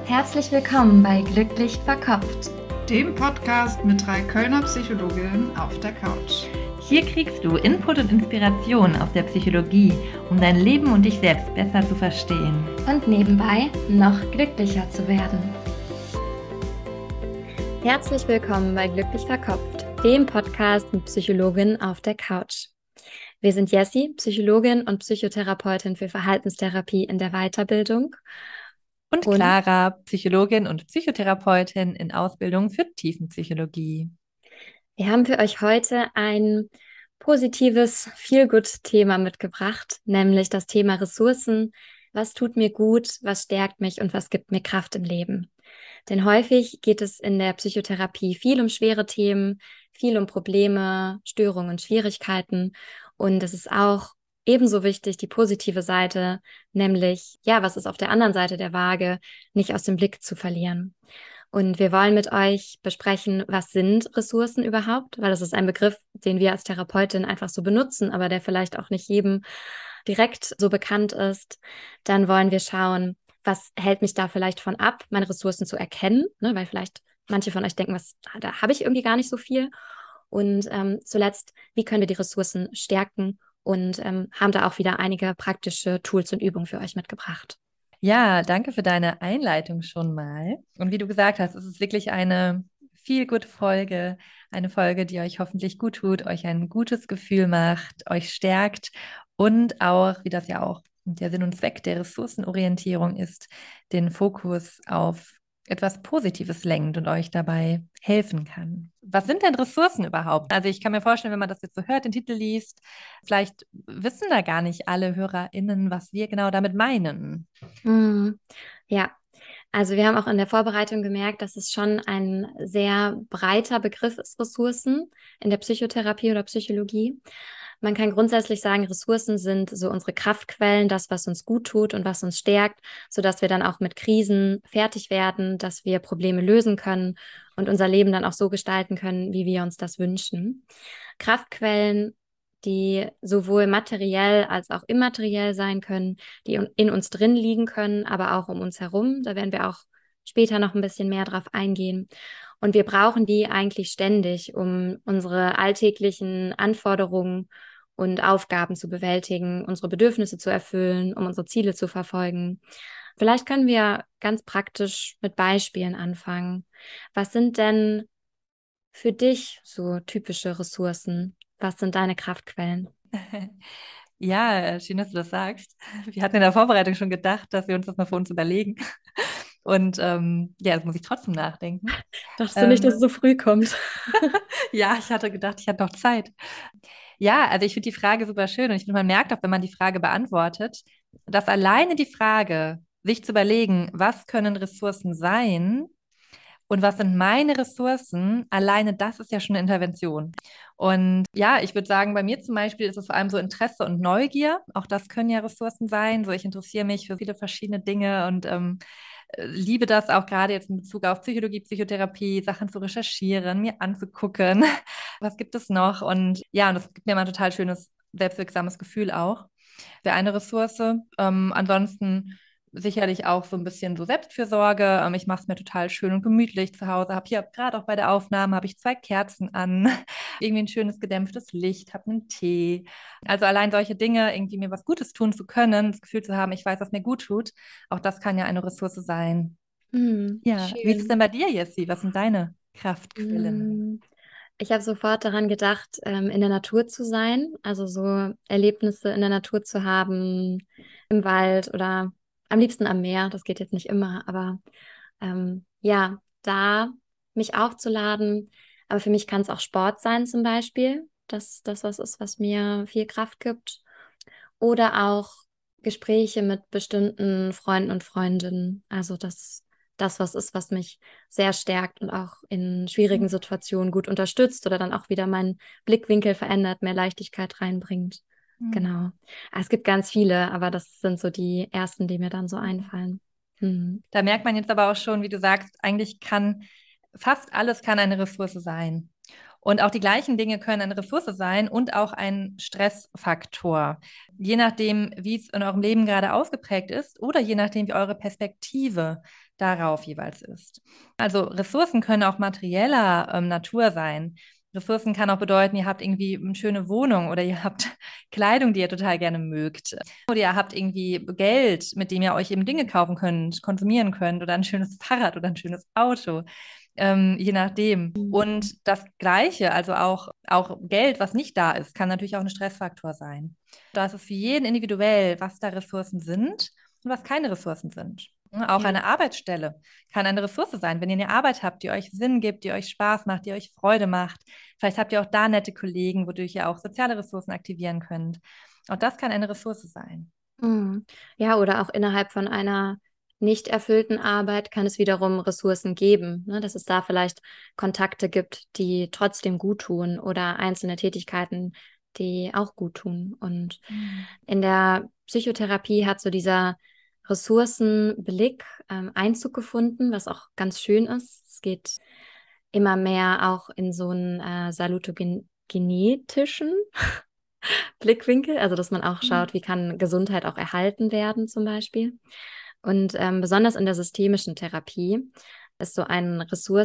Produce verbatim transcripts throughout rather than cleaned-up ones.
Herzlich willkommen bei Glücklich Verkopft, dem Podcast mit drei Kölner Psychologinnen auf der Couch. Hier kriegst du Input und Inspiration aus der Psychologie, um dein Leben und dich selbst besser zu verstehen. Und nebenbei noch glücklicher zu werden. Herzlich willkommen bei Glücklich Verkopft, dem Podcast mit Psychologinnen auf der Couch. Wir sind Jessie, Psychologin und Psychotherapeutin für Verhaltenstherapie in der Weiterbildung. Und Clara, Psychologin und Psychotherapeutin in Ausbildung für Tiefenpsychologie. Wir haben für euch heute ein positives Feel-Good-Thema mitgebracht, nämlich das Thema Ressourcen. Was tut mir gut, was stärkt mich und was gibt mir Kraft im Leben? Denn häufig geht es in der Psychotherapie viel um schwere Themen, viel um Probleme, Störungen und Schwierigkeiten. Und es ist auch ebenso wichtig, die positive Seite, nämlich, ja, was ist auf der anderen Seite der Waage, nicht aus dem Blick zu verlieren. Und wir wollen mit euch besprechen, was sind Ressourcen überhaupt? Weil das ist ein Begriff, den wir als Therapeutin einfach so benutzen, aber der vielleicht auch nicht jedem direkt so bekannt ist. Dann wollen wir schauen, was hält mich da vielleicht von ab, meine Ressourcen zu erkennen, ne? Weil vielleicht manche von euch denken, was, da habe ich irgendwie gar nicht so viel. Und ähm, zuletzt, wie können wir die Ressourcen stärken? Und ähm, haben da auch wieder einige praktische Tools und Übungen für euch mitgebracht. Ja, danke für deine Einleitung schon mal. Und wie du gesagt hast, es ist wirklich eine Feel-Good-Folge, eine Folge, die euch hoffentlich gut tut, euch ein gutes Gefühl macht, euch stärkt und auch, wie das ja auch der Sinn und Zweck der Ressourcenorientierung ist, den Fokus auf etwas Positives lenkt und euch dabei helfen kann. Was sind denn Ressourcen überhaupt? Also ich kann mir vorstellen, wenn man das jetzt so hört, den Titel liest, vielleicht wissen da gar nicht alle HörerInnen, was wir genau damit meinen. Mm, ja, also wir haben auch in der Vorbereitung gemerkt, dass es schon ein sehr breiter Begriff ist, Ressourcen in der Psychotherapie oder Psychologie. Man kann grundsätzlich sagen, Ressourcen sind so unsere Kraftquellen, das, was uns gut tut und was uns stärkt, sodass wir dann auch mit Krisen fertig werden, dass wir Probleme lösen können und unser Leben dann auch so gestalten können, wie wir uns das wünschen. Kraftquellen, die sowohl materiell als auch immateriell sein können, die in uns drin liegen können, aber auch um uns herum. Da werden wir auch später noch ein bisschen mehr drauf eingehen. Und wir brauchen die eigentlich ständig, um unsere alltäglichen Anforderungen und Aufgaben zu bewältigen, unsere Bedürfnisse zu erfüllen, um unsere Ziele zu verfolgen. Vielleicht können wir ganz praktisch mit Beispielen anfangen. Was sind denn für dich so typische Ressourcen? Was sind deine Kraftquellen? Ja, schön, dass du das sagst. Wir hatten in der Vorbereitung schon gedacht, dass wir uns das mal für uns überlegen. Und ähm, ja, jetzt muss ich trotzdem nachdenken. Dachtest du nicht, dass es Ähm, so früh kommt? ja, ich hatte gedacht, ich hatte noch Zeit. Ja, also ich finde die Frage super schön und ich finde, man merkt auch, wenn man die Frage beantwortet, dass alleine die Frage, sich zu überlegen, was können Ressourcen sein, und was sind meine Ressourcen? Alleine das ist ja schon eine Intervention. Und ja, ich würde sagen, bei mir zum Beispiel ist es vor allem so Interesse und Neugier. Auch das können ja Ressourcen sein. So, ich interessiere mich für viele verschiedene Dinge und ähm, äh, liebe das auch gerade jetzt in Bezug auf Psychologie, Psychotherapie, Sachen zu recherchieren, mir anzugucken. Was gibt es noch? Und ja, und das gibt mir immer ein total schönes, selbstwirksames Gefühl auch. Wäre eine Ressource. Ähm, ansonsten sicherlich auch so ein bisschen so Selbstfürsorge. Ähm, ich mache es mir total schön und gemütlich zu Hause. Habe hier gerade auch bei der Aufnahme habe ich zwei Kerzen an, irgendwie ein schönes gedämpftes Licht, habe einen Tee. Also allein solche Dinge, irgendwie mir was Gutes tun zu können, das Gefühl zu haben, ich weiß, was mir gut tut, auch das kann ja eine Ressource sein. Hm, Ja, wie ist es schön. denn bei dir, Jessie? Was sind deine Kraftquellen? Hm, Ich habe sofort daran gedacht, ähm, in der Natur zu sein, also so Erlebnisse in der Natur zu haben, im Wald oder am liebsten am Meer. Das geht jetzt nicht immer, aber ähm, ja, da mich aufzuladen. Aber für mich kann es auch Sport sein zum Beispiel, dass das was ist, was mir viel Kraft gibt. Oder auch Gespräche mit bestimmten Freunden und Freundinnen. Also das, das was ist, was mich sehr stärkt und auch in schwierigen Situationen gut unterstützt oder dann auch wieder meinen Blickwinkel verändert, mehr Leichtigkeit reinbringt. Hm. Genau. Es gibt ganz viele, aber das sind so die ersten, die mir dann so einfallen. Hm. Da merkt man jetzt aber auch schon, wie du sagst, eigentlich kann fast alles kann eine Ressource sein. Und auch die gleichen Dinge können eine Ressource sein und auch ein Stressfaktor. Je nachdem, wie es in eurem Leben gerade ausgeprägt ist oder je nachdem, wie eure Perspektive darauf jeweils ist. Also Ressourcen können auch materieller ähm, Natur sein. Ressourcen kann auch bedeuten, ihr habt irgendwie eine schöne Wohnung oder ihr habt Kleidung, die ihr total gerne mögt. Oder ihr habt irgendwie Geld, mit dem ihr euch eben Dinge kaufen könnt, konsumieren könnt oder ein schönes Fahrrad oder ein schönes Auto, ähm, je nachdem. Und das Gleiche, also auch, auch Geld, was nicht da ist, kann natürlich auch ein Stressfaktor sein. Da ist es für jeden individuell, was da Ressourcen sind und was keine Ressourcen sind. Auch Ja. eine Arbeitsstelle kann eine Ressource sein. Wenn ihr eine Arbeit habt, die euch Sinn gibt, die euch Spaß macht, die euch Freude macht, vielleicht habt ihr auch da nette Kollegen, wodurch ihr auch soziale Ressourcen aktivieren könnt. Auch das kann eine Ressource sein. Mhm. Ja, oder auch innerhalb von einer nicht erfüllten Arbeit kann es wiederum Ressourcen geben, ne? Dass es da vielleicht Kontakte gibt, die trotzdem gut tun oder einzelne Tätigkeiten, die auch gut tun. Und Mhm. in der Psychotherapie hat so dieser Ressourcenblick ähm, Einzug gefunden, was auch ganz schön ist. Es geht immer mehr auch in so einen äh, salutogenetischen Blickwinkel, also dass man auch Mhm. schaut, wie kann Gesundheit auch erhalten werden zum Beispiel. Und ähm, besonders in der systemischen Therapie ist so ein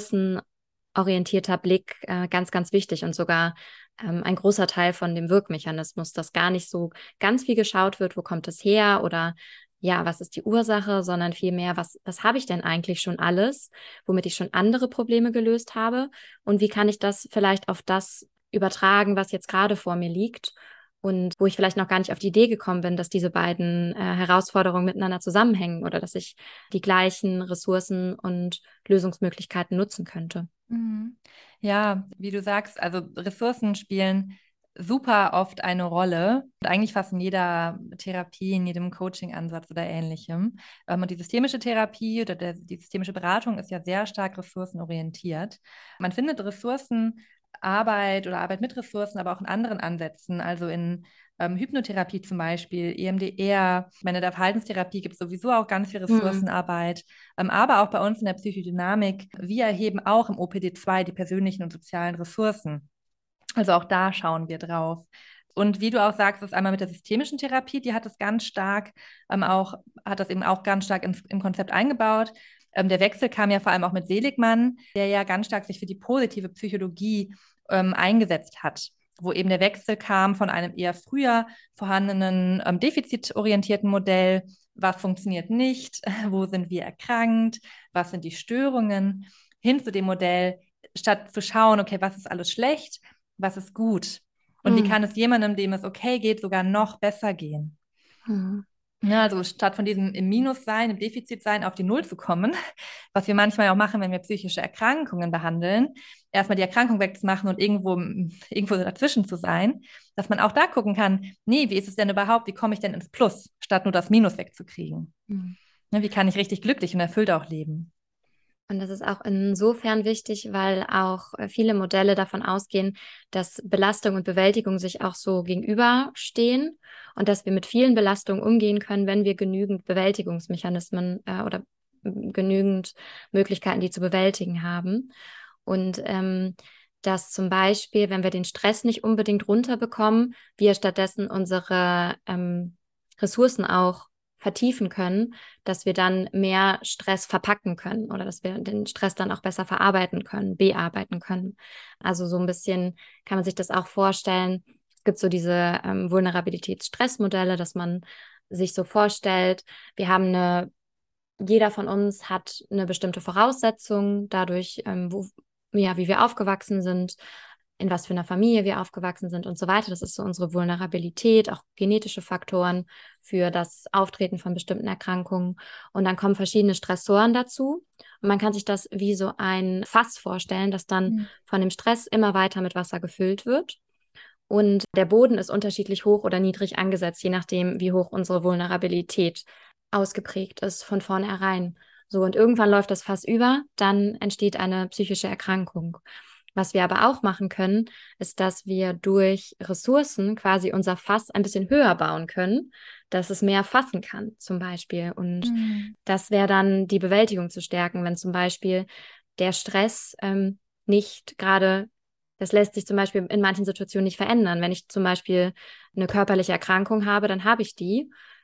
ressourcenorientierter Blick äh, ganz, ganz wichtig und sogar ähm, ein großer Teil von dem Wirkmechanismus, dass gar nicht so ganz viel geschaut wird, wo kommt es her oder ja, was ist die Ursache, sondern vielmehr, was, was habe ich denn eigentlich schon alles, womit ich schon andere Probleme gelöst habe und wie kann ich das vielleicht auf das übertragen, was jetzt gerade vor mir liegt und wo ich vielleicht noch gar nicht auf die Idee gekommen bin, dass diese beiden äh, Herausforderungen miteinander zusammenhängen oder dass ich die gleichen Ressourcen und Lösungsmöglichkeiten nutzen könnte. Mhm. Ja, wie du sagst, also Ressourcen spielen super oft eine Rolle und eigentlich fast in jeder Therapie, in jedem Coaching-Ansatz oder ähnlichem. Ähm, und die systemische Therapie oder der, die systemische Beratung ist ja sehr stark ressourcenorientiert. Man findet Ressourcenarbeit oder Arbeit mit Ressourcen, aber auch in anderen Ansätzen, also in ähm, Hypnotherapie zum Beispiel, E M D R. Ich meine, in der Verhaltenstherapie gibt es sowieso auch ganz viel Hm. Ressourcenarbeit. Ähm, aber auch bei uns in der Psychodynamik, wir erheben auch im O P D zwei die persönlichen und sozialen Ressourcen. Also auch da schauen wir drauf. Und wie du auch sagst, ist einmal mit der systemischen Therapie, die hat es ganz stark ähm, auch, hat das eben auch ganz stark ins, im Konzept eingebaut. Ähm, der Wechsel kam ja vor allem auch mit Seligmann, der ja ganz stark sich für die positive Psychologie ähm, eingesetzt hat, wo eben der Wechsel kam von einem eher früher vorhandenen ähm, defizitorientierten Modell, was funktioniert nicht, wo sind wir erkrankt, was sind die Störungen, hin zu dem Modell, statt zu schauen, okay, was ist alles schlecht, was ist gut und wie Hm. kann es jemandem, dem es okay geht, sogar noch besser gehen. Hm. Ja, also statt von diesem im Minus sein, im Defizit sein, auf die Null zu kommen, was wir manchmal auch machen, wenn wir psychische Erkrankungen behandeln, erstmal die Erkrankung wegzumachen und irgendwo, irgendwo dazwischen zu sein, dass man auch da gucken kann, nee, wie ist es denn überhaupt, wie komme ich denn ins Plus, statt nur das Minus wegzukriegen? Hm. Ja, wie kann ich richtig glücklich und erfüllt auch leben? Und das ist auch insofern wichtig, weil auch äh, viele Modelle davon ausgehen, dass Belastung und Bewältigung sich auch so gegenüberstehen und dass wir mit vielen Belastungen umgehen können, wenn wir genügend Bewältigungsmechanismen äh, oder m, genügend Möglichkeiten, die zu bewältigen haben. Und ähm, dass zum Beispiel, wenn wir den Stress nicht unbedingt runterbekommen, wir stattdessen unsere ähm, Ressourcen auch vertiefen können, dass wir dann mehr Stress verpacken können oder dass wir den Stress dann auch besser verarbeiten können, bearbeiten können. Also so ein bisschen kann man sich das auch vorstellen. Es gibt so diese ähm, Vulnerabilitäts-Stress-Modelle, dass man sich so vorstellt, wir haben eine, jeder von uns hat eine bestimmte Voraussetzung dadurch, ähm, wo, ja, wie wir aufgewachsen sind, in was für einer Familie wir aufgewachsen sind und so weiter. Das ist so unsere Vulnerabilität, auch genetische Faktoren für das Auftreten von bestimmten Erkrankungen. Und dann kommen verschiedene Stressoren dazu. Und man kann sich das wie so ein Fass vorstellen, das dann Mhm. von dem Stress immer weiter mit Wasser gefüllt wird. Und der Boden ist unterschiedlich hoch oder niedrig angesetzt, je nachdem, wie hoch unsere Vulnerabilität ausgeprägt ist von vornherein. So, und irgendwann läuft das Fass über, dann entsteht eine psychische Erkrankung. Was wir aber auch machen können, ist, dass wir durch Ressourcen quasi unser Fass ein bisschen höher bauen können, dass es mehr fassen kann, zum Beispiel. Und Mhm. das wäre dann die Bewältigung zu stärken, wenn zum Beispiel der Stress ähm, nicht gerade, das lässt sich zum Beispiel in manchen Situationen nicht verändern. Wenn ich zum Beispiel eine körperliche Erkrankung habe, dann habe ich die.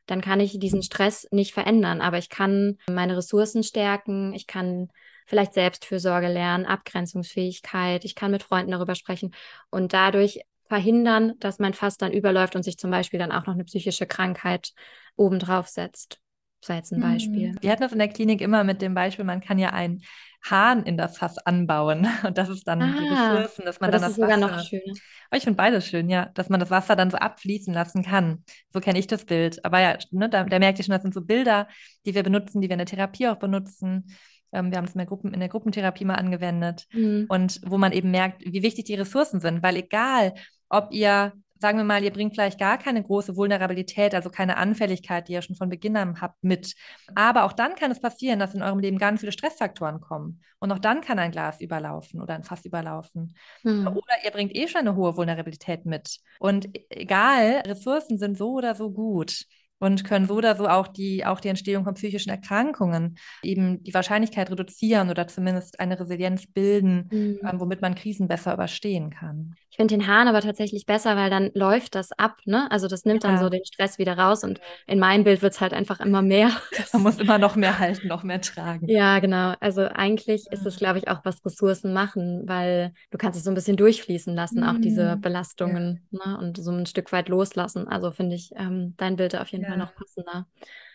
dann kann ich diesen Stress nicht verändern. Aber ich kann meine Ressourcen stärken, ich kann vielleicht Selbstfürsorge lernen, Abgrenzungsfähigkeit, ich kann mit Freunden darüber sprechen und dadurch verhindern, dass mein Fass dann überläuft und sich zum Beispiel dann auch noch eine psychische Krankheit obendrauf setzt. Das war jetzt ein Beispiel. Wir hatten das in der Klinik immer mit dem Beispiel, man kann ja einen Hahn in das Fass anbauen. Und das ist dann die Ah, Ressourcen, dass man aber dann das ist das sogar noch Wasser. schöner. Aber ich finde beides schön, ja, dass man das Wasser dann so abfließen lassen kann. So kenne ich das Bild. Aber ja, ne, da, da merkt ihr schon, das sind so Bilder, die wir benutzen, die wir in der Therapie auch benutzen. Ähm, wir haben es in der Gruppen, in der Gruppentherapie mal angewendet. Hm. Und wo man eben merkt, wie wichtig die Ressourcen sind. Weil egal, ob ihr, sagen wir mal, ihr bringt vielleicht gar keine große Vulnerabilität, also keine Anfälligkeit, die ihr schon von Beginn an habt, mit. Aber auch dann kann es passieren, dass in eurem Leben ganz viele Stressfaktoren kommen. Und auch dann kann ein Glas überlaufen oder ein Fass überlaufen. Hm. Oder ihr bringt eh schon eine hohe Vulnerabilität mit. Und egal, Ressourcen sind so oder so gut und können so oder so auch die, auch die Entstehung von psychischen Erkrankungen, eben die Wahrscheinlichkeit reduzieren oder zumindest eine Resilienz bilden, Hm. ähm, womit man Krisen besser überstehen kann. Ich finde den Hahn aber tatsächlich besser, weil dann läuft das ab, ne? Also das nimmt dann so Ja, den Stress wieder raus und in meinem Bild wird es halt einfach immer mehr. man Das, muss immer noch mehr halten, noch mehr tragen. ja, genau. Also eigentlich ist es, glaube ich, auch was Ressourcen machen, weil du kannst es so ein bisschen durchfließen lassen, auch diese Hm. Ja, Belastungen, ne? Und so ein Stück weit loslassen. Also finde ich ähm, dein Bild auf jeden Fall ja, noch passender.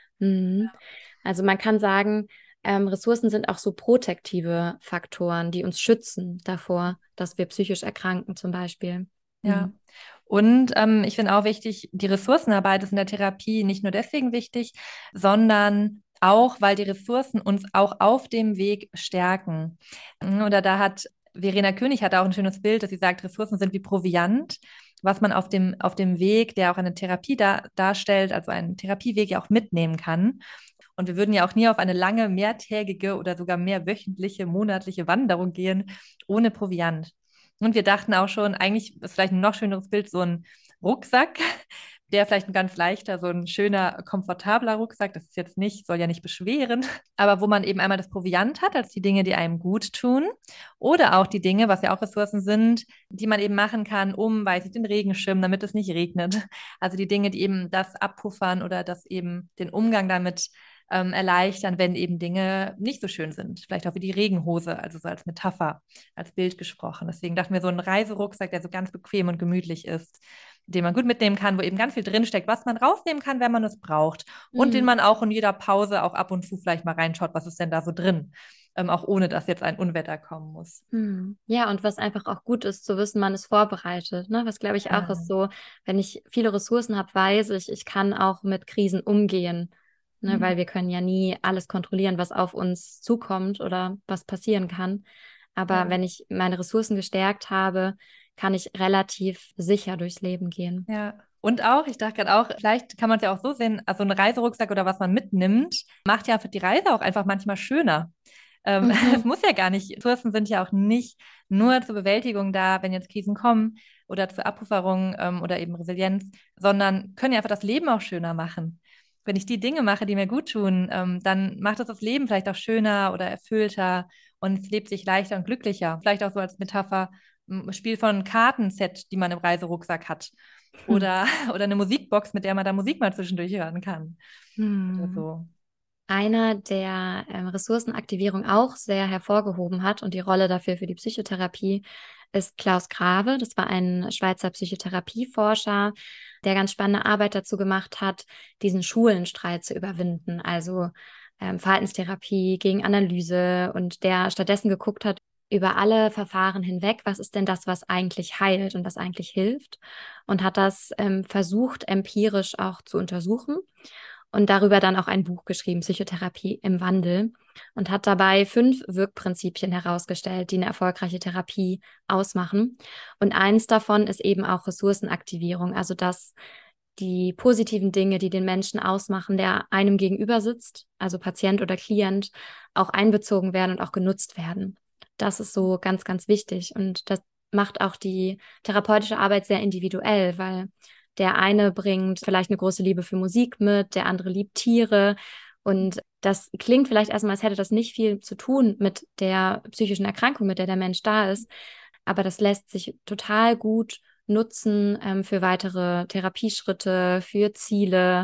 Mhm. Also man kann sagen, ähm, Ressourcen sind auch so protektive Faktoren, die uns schützen davor, dass wir psychisch erkranken zum Beispiel. ja. Mhm. Und ähm, ich finde auch wichtig, die Ressourcenarbeit ist in der Therapie nicht nur deswegen wichtig, sondern auch, weil die Ressourcen uns auch auf dem Weg stärken. Mhm. Oder da hat Verena König hat auch ein schönes Bild, dass sie sagt, Ressourcen sind wie Proviant, was man auf dem, auf dem Weg, der auch eine Therapie da, darstellt, also einen Therapieweg ja auch mitnehmen kann. Und wir würden ja auch nie auf eine lange, mehrtägige oder sogar mehrwöchentliche, monatliche Wanderung gehen ohne Proviant. Und wir dachten auch schon, eigentlich ist vielleicht ein noch schöneres Bild so ein Rucksack, der vielleicht ein ganz leichter, so ein schöner, komfortabler Rucksack, das ist jetzt nicht, soll ja nicht beschweren, aber wo man eben einmal das Proviant hat, als die Dinge, die einem gut tun, oder auch die Dinge, was ja auch Ressourcen sind, die man eben machen kann, um, weiß ich, den Regenschirm, damit es nicht regnet. Also die Dinge, die eben das abpuffern oder das eben den Umgang damit ähm, erleichtern, wenn eben Dinge nicht so schön sind. Vielleicht auch wie die Regenhose, also so als Metapher, als Bild gesprochen. Deswegen dachten wir, so ein Reiserucksack, der so ganz bequem und gemütlich ist, den man gut mitnehmen kann, wo eben ganz viel drinsteckt, was man rausnehmen kann, wenn man es braucht. Und den Mhm. man auch in jeder Pause auch ab und zu vielleicht mal reinschaut, was ist denn da so drin, ähm, auch ohne dass jetzt ein Unwetter kommen muss. Hm. Ja, und was einfach auch gut ist, zu wissen, man ist vorbereitet. Ne? Was glaube ich auch ist Ja. so, wenn ich viele Ressourcen habe, weiß ich, ich kann auch mit Krisen umgehen. Ne? Mhm. Weil wir können ja nie alles kontrollieren, was auf uns zukommt oder was passieren kann. Aber Ja. wenn ich meine Ressourcen gestärkt habe, kann ich relativ sicher durchs Leben gehen. Ja. Und auch, ich dachte gerade auch, vielleicht kann man es ja auch so sehen, also ein Reiserucksack oder was man mitnimmt, macht ja für die Reise auch einfach manchmal schöner. Ähm, es Mhm. muss ja gar nicht, Ressourcen sind ja auch nicht nur zur Bewältigung da, wenn jetzt Krisen kommen oder zur Abpufferung ähm, oder eben Resilienz, sondern können ja einfach das Leben auch schöner machen. Wenn ich die Dinge mache, die mir gut tun, ähm, dann macht es das Leben vielleicht auch schöner oder erfüllter und es lebt sich leichter und glücklicher. Vielleicht auch so als Metapher, ein Spiel von Kartenset, die man im Reiserucksack hat. Oder, oder eine Musikbox, mit der man da Musik mal zwischendurch hören kann. Oder Hm. so. Einer, der ähm, Ressourcenaktivierung auch sehr hervorgehoben hat und die Rolle dafür für die Psychotherapie, ist Klaus Grave. Das war ein Schweizer Psychotherapieforscher, der ganz spannende Arbeit dazu gemacht hat, diesen Schulenstreit zu überwinden, also ähm, Verhaltenstherapie gegen Analyse und der stattdessen geguckt hat, über alle Verfahren hinweg, was ist denn das, was eigentlich heilt und was eigentlich hilft und hat das ähm, versucht, empirisch auch zu untersuchen und darüber dann auch ein Buch geschrieben, Psychotherapie im Wandel, und hat dabei fünf Wirkprinzipien herausgestellt, die eine erfolgreiche Therapie ausmachen. Und eins davon ist eben auch Ressourcenaktivierung, also dass die positiven Dinge, die den Menschen ausmachen, der einem gegenüber sitzt, also Patient oder Klient, auch einbezogen werden und auch genutzt werden. Das ist so ganz, ganz wichtig. Und das macht auch die therapeutische Arbeit sehr individuell, weil der eine bringt vielleicht eine große Liebe für Musik mit, der andere liebt Tiere. Und das klingt vielleicht erstmal, als hätte das nicht viel zu tun mit der psychischen Erkrankung, mit der der Mensch da ist. Aber das lässt sich total gut nutzen ähm, für weitere Therapieschritte, für Ziele,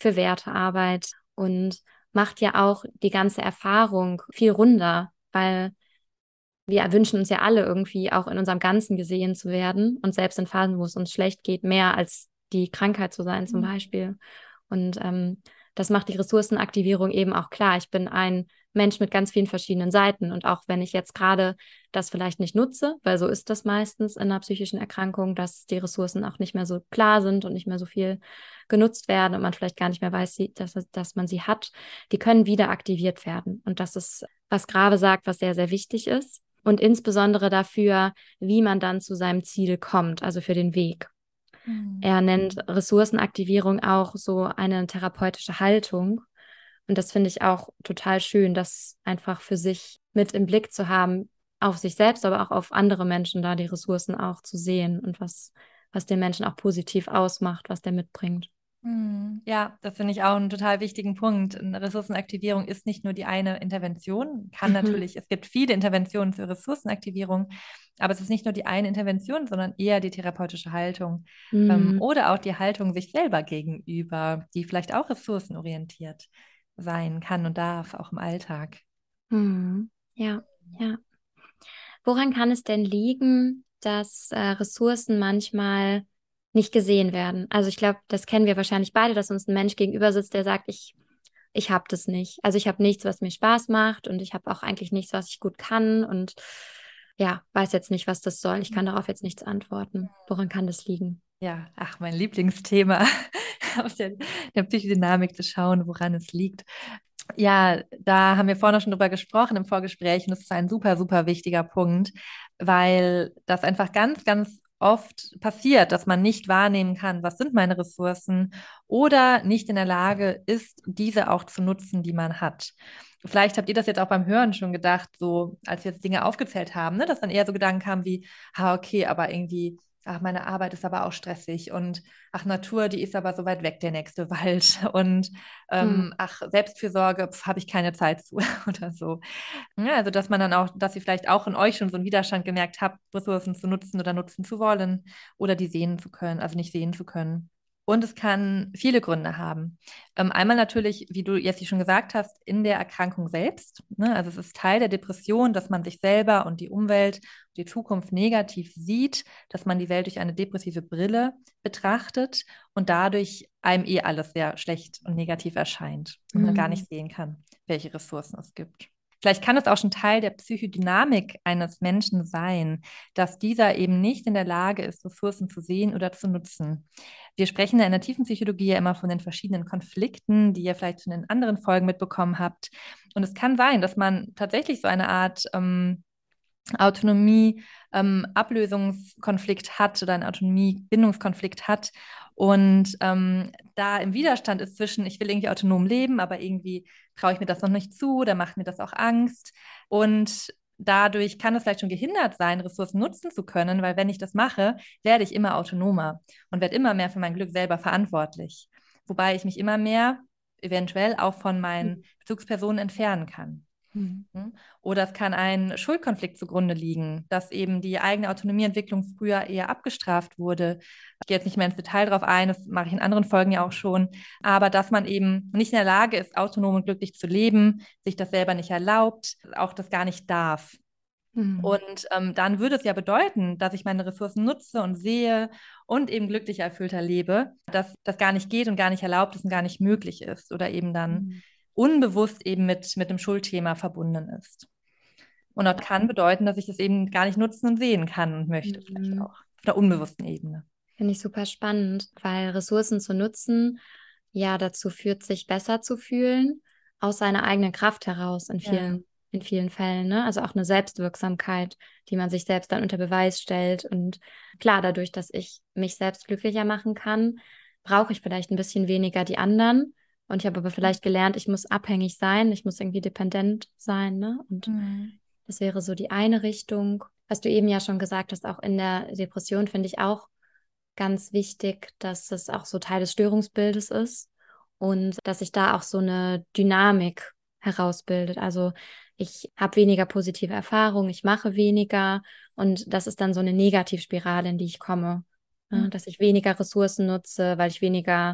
für Wertearbeit und macht ja auch die ganze Erfahrung viel runder, weil wir wünschen uns ja alle irgendwie auch in unserem Ganzen gesehen zu werden und selbst in Phasen, wo es uns schlecht geht, mehr als die Krankheit zu sein zum Mhm. Beispiel. Und ähm, das macht die Ressourcenaktivierung eben auch klar. Ich bin ein Mensch mit ganz vielen verschiedenen Seiten. Und auch wenn ich jetzt gerade das vielleicht nicht nutze, weil so ist das meistens in einer psychischen Erkrankung, dass die Ressourcen auch nicht mehr so klar sind und nicht mehr so viel genutzt werden und man vielleicht gar nicht mehr weiß, dass, dass man sie hat, die können wieder aktiviert werden. Und das ist, was Grave sagt, was sehr, sehr wichtig ist. Und insbesondere dafür, wie man dann zu seinem Ziel kommt, also für den Weg. Mhm. Er nennt Ressourcenaktivierung auch so eine therapeutische Haltung. Und das finde ich auch total schön, das einfach für sich mit im Blick zu haben, auf sich selbst, aber auch auf andere Menschen, da die Ressourcen auch zu sehen und was, was den Menschen auch positiv ausmacht, was der mitbringt. Hm, Ja, das finde ich auch einen total wichtigen Punkt. Eine Ressourcenaktivierung ist nicht nur die eine Intervention, kann Mhm. natürlich, es gibt viele Interventionen für Ressourcenaktivierung, aber es ist nicht nur die eine Intervention, sondern eher die therapeutische Haltung, ähm, Mhm. oder auch die Haltung sich selber gegenüber, die vielleicht auch ressourcenorientiert sein kann und darf, auch im Alltag. Mhm. Ja, ja. Woran kann es denn liegen, dass äh, Ressourcen manchmal nicht gesehen werden? Also ich glaube, das kennen wir wahrscheinlich beide, dass uns ein Mensch gegenüber sitzt, der sagt, ich, ich habe das nicht. Also ich habe nichts, was mir Spaß macht und ich habe auch eigentlich nichts, was ich gut kann und ja, weiß jetzt nicht, was das soll. Ich kann darauf jetzt nichts antworten. Woran kann das liegen? Ja, ach, mein Lieblingsthema aus der, der Psychodynamik zu schauen, woran es liegt. Ja, da haben wir vorhin schon drüber gesprochen im Vorgespräch und das ist ein super, super wichtiger Punkt, weil das einfach ganz, ganz oft passiert, dass man nicht wahrnehmen kann, was sind meine Ressourcen oder nicht in der Lage ist, diese auch zu nutzen, die man hat. Vielleicht habt ihr das jetzt auch beim Hören schon gedacht, so als wir jetzt Dinge aufgezählt haben, ne, dass dann eher so Gedanken kamen wie, ah, okay, aber irgendwie, ach, meine Arbeit ist aber auch stressig und ach, Natur, die ist aber so weit weg, der nächste Wald und Hm. ähm, ach, Selbstfürsorge, habe ich keine Zeit zu oder so. Ja, also, dass man dann auch, dass ihr vielleicht auch in euch schon so einen Widerstand gemerkt habt, Ressourcen zu nutzen oder nutzen zu wollen oder die sehen zu können, also nicht sehen zu können. Und es kann viele Gründe haben. Ähm, einmal natürlich, wie du jetzt schon gesagt hast, in der Erkrankung selbst. Ne? Also es ist Teil der Depression, dass man sich selber und die Umwelt, die Zukunft negativ sieht, dass man die Welt durch eine depressive Brille betrachtet und dadurch einem eh alles sehr schlecht und negativ erscheint und man gar Hm. nicht sehen kann, welche Ressourcen es gibt. Vielleicht kann es auch schon Teil der Psychodynamik eines Menschen sein, dass dieser eben nicht in der Lage ist, Ressourcen zu sehen oder zu nutzen. Wir sprechen in der tiefen Psychologie ja immer von den verschiedenen Konflikten, die ihr vielleicht schon in anderen Folgen mitbekommen habt. Und es kann sein, dass man tatsächlich so eine Art ähm, Autonomie, ähm, Ablösungskonflikt hat oder einen Autonomie-Bindungskonflikt hat und ähm, da im Widerstand ist zwischen, ich will irgendwie autonom leben, aber irgendwie traue ich mir das noch nicht zu, oder macht mir das auch Angst und dadurch kann es vielleicht schon gehindert sein, Ressourcen nutzen zu können, weil wenn ich das mache, werde ich immer autonomer und werde immer mehr für mein Glück selber verantwortlich, wobei ich mich immer mehr eventuell auch von meinen Bezugspersonen entfernen kann. Hm. Hm? Oder es kann ein Schuldkonflikt zugrunde liegen, dass eben die eigene Autonomieentwicklung früher eher abgestraft wurde. Ich gehe jetzt nicht mehr ins Detail drauf ein, das mache ich in anderen Folgen ja auch schon, aber dass man eben nicht in der Lage ist, autonom und glücklich zu leben, sich das selber nicht erlaubt, auch das gar nicht darf. Hm. Und ähm, dann würde es ja bedeuten, dass ich meine Ressourcen nutze und sehe und eben glücklicher, erfüllter lebe, dass das gar nicht geht und gar nicht erlaubt ist und gar nicht möglich ist oder eben dann Hm. unbewusst eben mit, mit dem Schuldthema verbunden ist. Und das kann bedeuten, dass ich das eben gar nicht nutzen und sehen kann und möchte, vielleicht Hm. auch auf der unbewussten Ebene. Finde ich super spannend, weil Ressourcen zu nutzen ja dazu führt, sich besser zu fühlen, aus seiner eigenen Kraft heraus in Ja. vielen, in vielen Fällen, ne? Also auch eine Selbstwirksamkeit, die man sich selbst dann unter Beweis stellt. Und klar, dadurch, dass ich mich selbst glücklicher machen kann, brauche ich vielleicht ein bisschen weniger die anderen. Und ich habe aber vielleicht gelernt, ich muss abhängig sein, ich muss irgendwie dependent sein, ne? Und Mhm. das wäre so die eine Richtung. Was du eben ja schon gesagt hast, auch in der Depression finde ich auch ganz wichtig, dass es auch so Teil des Störungsbildes ist und dass sich da auch so eine Dynamik herausbildet. Also ich habe weniger positive Erfahrungen, ich mache weniger und das ist dann so eine Negativspirale, in die ich komme. Mhm. Ne? Dass ich weniger Ressourcen nutze, weil ich weniger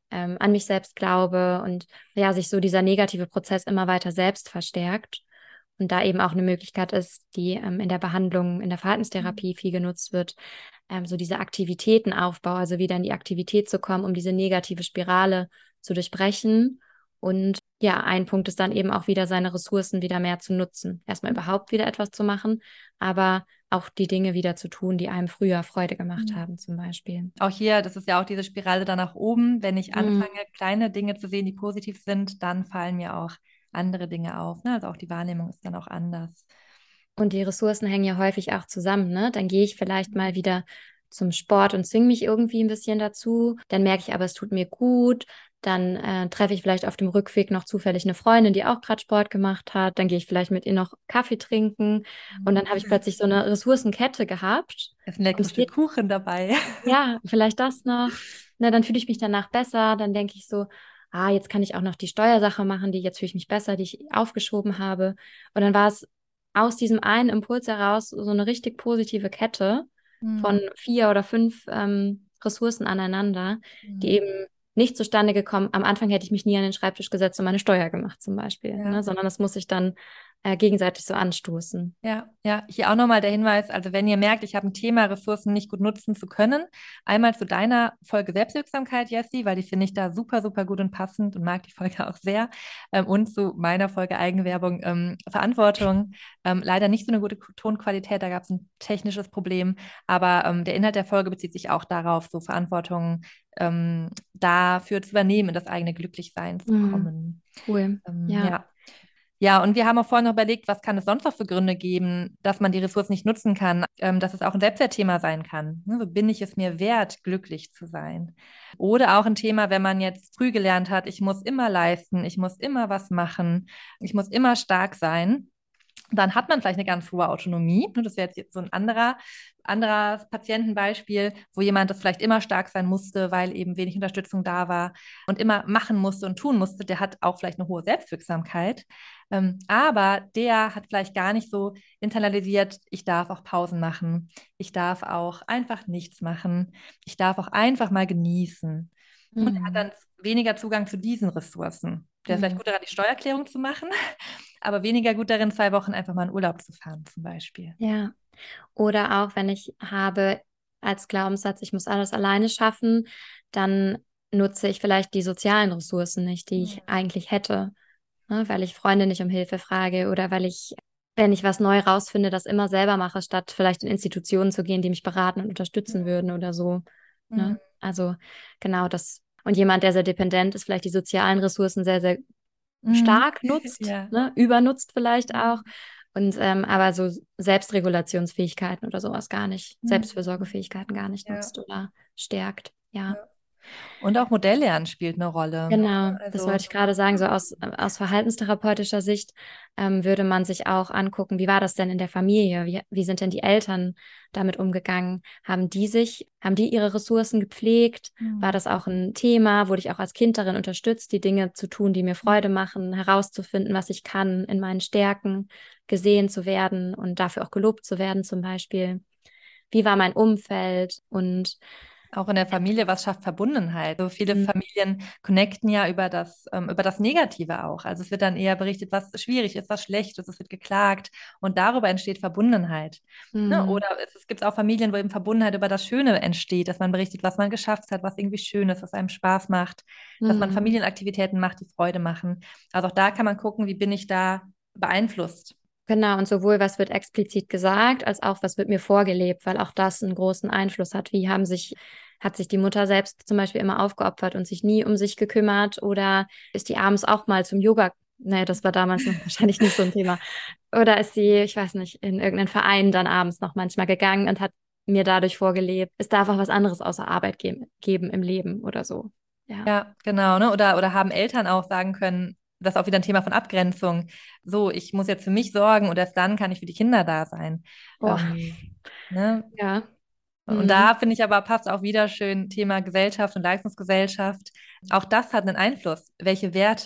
ähm, an mich selbst glaube und ja, sich so dieser negative Prozess immer weiter selbst verstärkt. Und da eben auch eine Möglichkeit ist, die ähm, in der Behandlung, in der Verhaltenstherapie viel genutzt wird, ähm, so diese Aktivitätenaufbau, also wieder in die Aktivität zu kommen, um diese negative Spirale zu durchbrechen. Und ja, ein Punkt ist dann eben auch wieder, seine Ressourcen wieder mehr zu nutzen. Erstmal überhaupt wieder etwas zu machen, aber auch die Dinge wieder zu tun, die einem früher Freude gemacht haben, zum Beispiel. Auch hier, das ist ja auch diese Spirale da nach oben. Wenn ich Mhm. anfange, kleine Dinge zu sehen, die positiv sind, dann fallen mir auch andere Dinge auf. Ne? Also auch die Wahrnehmung ist dann auch anders. Und die Ressourcen hängen ja häufig auch zusammen, ne? Dann gehe ich vielleicht mal wieder zum Sport und zwinge mich irgendwie ein bisschen dazu. Dann merke ich aber, es tut mir gut. Dann äh, treffe ich vielleicht auf dem Rückweg noch zufällig eine Freundin, die auch gerade Sport gemacht hat. Dann gehe ich vielleicht mit ihr noch Kaffee trinken. Und dann habe ich plötzlich so eine Ressourcenkette gehabt. Ist ein Und leckeres es geht, Stück Kuchen dabei. ja, vielleicht das noch. Na, dann fühle ich mich danach besser. Dann denke ich so, ah, jetzt kann ich auch noch die Steuersache machen, die jetzt fühle ich mich besser, die ich aufgeschoben habe. Und dann war es aus diesem einen Impuls heraus so eine richtig positive Kette Hm. von vier oder fünf ähm, Ressourcen aneinander, die Hm. eben nicht zustande gekommen. Am Anfang hätte ich mich nie an den Schreibtisch gesetzt und meine Steuer gemacht, zum Beispiel, Ja. ne? Sondern das muss sich dann äh, gegenseitig so anstoßen. Ja, ja, hier auch nochmal der Hinweis, also wenn ihr merkt, ich habe ein Thema, Ressourcen nicht gut nutzen zu können, einmal zu deiner Folge Selbstwirksamkeit, Jessie, weil die finde ich da super, super gut und passend und mag die Folge auch sehr. Ähm, und zu meiner Folge Eigenwerbung, ähm, Verantwortung. Ähm, leider nicht so eine gute Tonqualität, da gab es ein technisches Problem, aber ähm, der Inhalt der Folge bezieht sich auch darauf, so Verantwortung ähm, dafür zu übernehmen, in das eigene Glücklichsein zu Mhm. kommen. Cool. Ähm, Ja. ja. Ja, und wir haben auch vorhin noch überlegt, was kann es sonst noch für Gründe geben, dass man die Ressourcen nicht nutzen kann, ähm, dass es auch ein Selbstwertthema sein kann. Ne? So bin ich es mir wert, glücklich zu sein. Oder auch ein Thema, wenn man jetzt früh gelernt hat, ich muss immer leisten, ich muss immer was machen, ich muss immer stark sein, dann hat man vielleicht eine ganz hohe Autonomie. Ne, das wäre jetzt so ein anderer, anderes Patientenbeispiel, wo jemand das vielleicht immer stark sein musste, weil eben wenig Unterstützung da war und immer machen musste und tun musste. Der hat auch vielleicht eine hohe Selbstwirksamkeit. Ähm, aber der hat vielleicht gar nicht so internalisiert, ich darf auch Pausen machen. Ich darf auch einfach nichts machen. Ich darf auch einfach mal genießen. Und er hat Mhm. dann weniger Zugang zu diesen Ressourcen. Der ist vielleicht Mhm. gut daran, die Steuererklärung zu machen, aber weniger gut darin, zwei Wochen einfach mal in Urlaub zu fahren, zum Beispiel. Ja. Oder auch, wenn ich habe als Glaubenssatz, ich muss alles alleine schaffen, dann nutze ich vielleicht die sozialen Ressourcen nicht, die ich eigentlich hätte, ne? Weil ich Freunde nicht um Hilfe frage oder weil ich, wenn ich was neu rausfinde, das immer selber mache, statt vielleicht in Institutionen zu gehen, die mich beraten und unterstützen würden oder so. Mhm. Ne? Also genau das. Und jemand, der sehr dependent ist, vielleicht die sozialen Ressourcen sehr, sehr Mhm. stark nutzt, Ja. ne? Übernutzt vielleicht auch. Mhm. Und ähm, aber so Selbstregulationsfähigkeiten oder sowas gar nicht, Mhm. Selbstfürsorgefähigkeiten gar nicht Ja. nutzt oder stärkt. Ja. Ja. Und auch Modelllernen spielt eine Rolle. Genau, das Also, wollte ich gerade sagen. So aus, aus verhaltenstherapeutischer Sicht ähm, würde man sich auch angucken, wie war das denn in der Familie? Wie, wie sind denn die Eltern damit umgegangen? Haben die sich, haben die ihre Ressourcen gepflegt? War mhm. das auch ein Thema? Wurde ich auch als Kind darin unterstützt, die Dinge zu tun, die mir Freude machen, herauszufinden, was ich kann, in meinen Stärken gesehen zu werden und dafür auch gelobt zu werden, zum Beispiel? Wie war mein Umfeld? Und Auch in der Familie, was schafft Verbundenheit? So viele mm, Familien connecten ja über das, ähm, über das Negative auch. Also es wird dann eher berichtet, was schwierig ist, was schlecht ist, es wird geklagt und darüber entsteht Verbundenheit. Ne? mm, Oder es, es gibt auch Familien, wo eben Verbundenheit über das Schöne entsteht, dass man berichtet, was man geschafft hat, was irgendwie schön ist, was einem Spaß macht, dass man mm. Familienaktivitäten macht, die Freude machen. Also auch da kann man gucken, wie bin ich da beeinflusst. Genau, und sowohl was wird explizit gesagt, als auch was wird mir vorgelebt, weil auch das einen großen Einfluss hat. Wie haben sich, hat sich die Mutter selbst zum Beispiel immer aufgeopfert und sich nie um sich gekümmert oder ist die abends auch mal zum Yoga? Nee, das war damals noch wahrscheinlich nicht so ein Thema. Oder ist sie, ich weiß nicht, in irgendeinen Verein dann abends noch manchmal gegangen und hat mir dadurch vorgelebt, es darf auch was anderes außer Arbeit geben, geben im Leben oder so. Ja. Ja, genau, ne? Oder, oder haben Eltern auch sagen können, das ist auch wieder ein Thema von Abgrenzung. So, ich muss jetzt für mich sorgen und erst dann kann ich für die Kinder da sein. Boah, Ähm, ne? ja. Und Mhm. da finde ich aber passt auch wieder schön Thema Gesellschaft und Leistungsgesellschaft. Auch das hat einen Einfluss. Welche Werte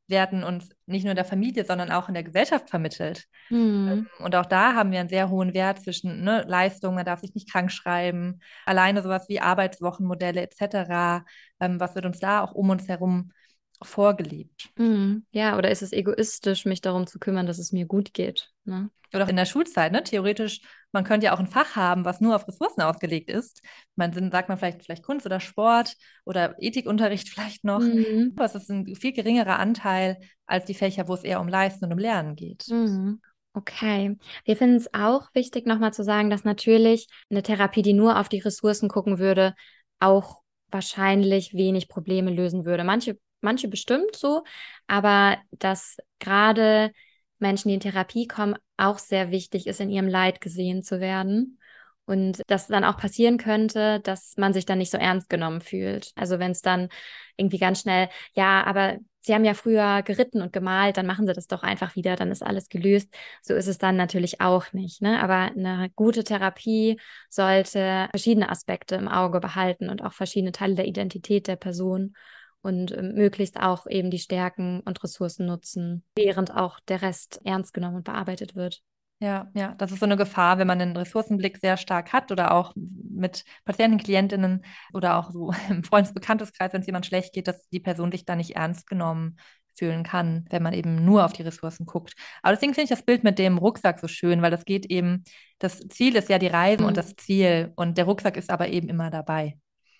werden uns nicht nur in der Familie, sondern auch in der Gesellschaft vermittelt. Mhm. Und auch da haben wir einen sehr hohen Wert zwischen ne, Leistung, man darf sich nicht krank schreiben, alleine sowas wie Arbeitswochenmodelle et cetera. Ähm, was wird uns da auch um uns herum vorgelebt? Mhm. Ja, oder ist es egoistisch, mich darum zu kümmern, dass es mir gut geht? Ne? Oder auch in der Schulzeit, ne? Theoretisch, man könnte ja auch ein Fach haben, was nur auf Ressourcen ausgelegt ist. Man sind, sagt man vielleicht, vielleicht Kunst oder Sport oder Ethikunterricht vielleicht noch. Mhm. Aber es ist ein viel geringerer Anteil als die Fächer, wo es eher um Leisten und um Lernen geht. Mhm. Okay. Wir finden es auch wichtig, nochmal zu sagen, dass natürlich eine Therapie, die nur auf die Ressourcen gucken würde, auch wahrscheinlich wenig Probleme lösen würde. Manche, manche bestimmt so, aber dass gerade Menschen, die in Therapie kommen, auch sehr wichtig ist, in ihrem Leid gesehen zu werden. Und dass dann auch passieren könnte, dass man sich dann nicht so ernst genommen fühlt. Also wenn es dann irgendwie ganz schnell, ja, aber Sie haben ja früher geritten und gemalt, dann machen Sie das doch einfach wieder, dann ist alles gelöst. So ist es dann natürlich auch nicht, ne? Aber eine gute Therapie sollte verschiedene Aspekte im Auge behalten und auch verschiedene Teile der Identität der Person und ähm, möglichst auch eben die Stärken und Ressourcen nutzen, während auch der Rest ernst genommen und bearbeitet wird. Ja, ja, das ist so eine Gefahr, wenn man einen Ressourcenblick sehr stark hat oder auch mit Patienten, Klientinnen oder auch so im Freundesbekanntenkreis, wenn es jemand schlecht geht, dass die Person sich da nicht ernst genommen fühlen kann, wenn man eben nur auf die Ressourcen guckt. Aber deswegen finde ich das Bild mit dem Rucksack so schön, weil das geht eben, das Ziel ist ja die Reise und das Ziel und der Rucksack ist aber eben immer dabei.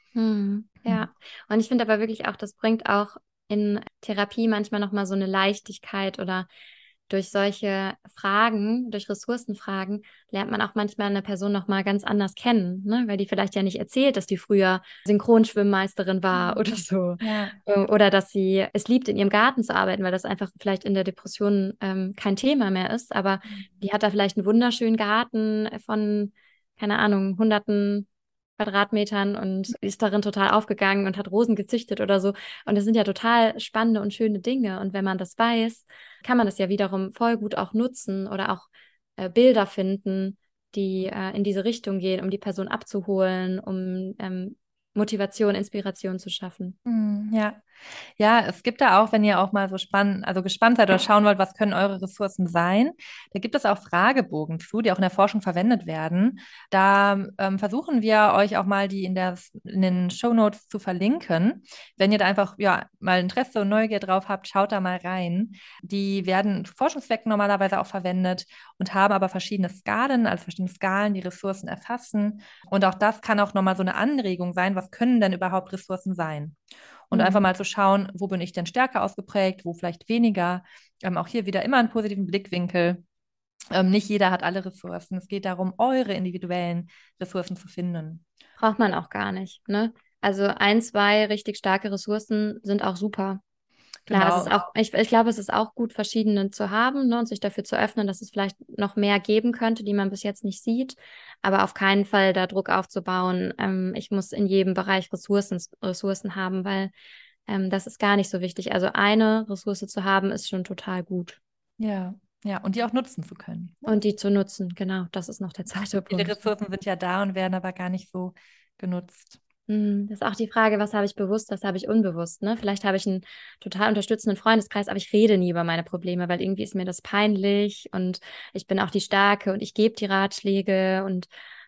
Hm, ja, und ich finde aber wirklich auch, das bringt auch in Therapie manchmal nochmal so eine Leichtigkeit oder durch solche Fragen, durch Ressourcenfragen, lernt man auch manchmal eine Person nochmal ganz anders kennen, ne? Weil die vielleicht ja nicht erzählt, dass die früher Synchronschwimmmeisterin war oder so. Ja. Äh, Oder dass sie es liebt, in ihrem Garten zu arbeiten, weil das einfach vielleicht in der Depression ähm, kein Thema mehr ist. Aber die hat da vielleicht einen wunderschönen Garten von, keine Ahnung, hunderten Quadratmetern und ist darin total aufgegangen und hat Rosen gezüchtet oder so. Und das sind ja total spannende und schöne Dinge. Und wenn man das weiß, kann man das ja wiederum voll gut auch nutzen oder auch äh, Bilder finden, die äh, in diese Richtung gehen, um die Person abzuholen, um ähm, Motivation, Inspiration zu schaffen. Hm, ja. Ja, es gibt da auch, wenn ihr auch mal so spannend, also gespannt seid oder schauen wollt, was können eure Ressourcen sein, da gibt es auch Fragebogen zu, die auch in der Forschung verwendet werden. Da ähm, versuchen wir euch auch mal die in, der, in den Shownotes zu verlinken. Wenn ihr da einfach ja mal Interesse und Neugier drauf habt, schaut da mal rein. Die werden zu Forschungszwecken normalerweise auch verwendet und haben aber verschiedene Skalen, also verschiedene Skalen, die Ressourcen erfassen. Und auch das kann auch nochmal so eine Anregung sein, was können denn überhaupt Ressourcen sein? Und einfach Mhm. mal zu schauen, wo bin ich denn stärker ausgeprägt, wo vielleicht weniger. Ähm, auch hier wieder immer einen positiven Blickwinkel. Ähm, nicht jeder hat alle Ressourcen. Es geht darum, eure individuellen Ressourcen zu finden. Braucht man auch gar nicht, ne? Also ein, zwei richtig starke Ressourcen sind auch super. Klar, es Genau. ist auch, ich, ich glaube, es ist auch gut, verschiedene zu haben, ne, und sich dafür zu öffnen, dass es vielleicht noch mehr geben könnte, die man bis jetzt nicht sieht. Aber auf keinen Fall da Druck aufzubauen. Ähm, ich muss in jedem Bereich Ressourcen, Ressourcen haben, weil ähm, das ist gar nicht so wichtig. Also eine Ressource zu haben, ist schon total gut. Ja, ja, und die auch nutzen zu können. Ne? Und die zu nutzen, genau, das ist noch der zweite Viele Punkt. Ressourcen sind ja da und werden aber gar nicht so genutzt. Hm, Das ist auch die Frage, was habe ich bewusst, was habe ich unbewusst, ne? Vielleicht habe ich einen total unterstützenden Freundeskreis, aber ich rede nie über meine Probleme, weil irgendwie ist mir das peinlich und ich bin auch die Starke und ich gebe die Ratschläge und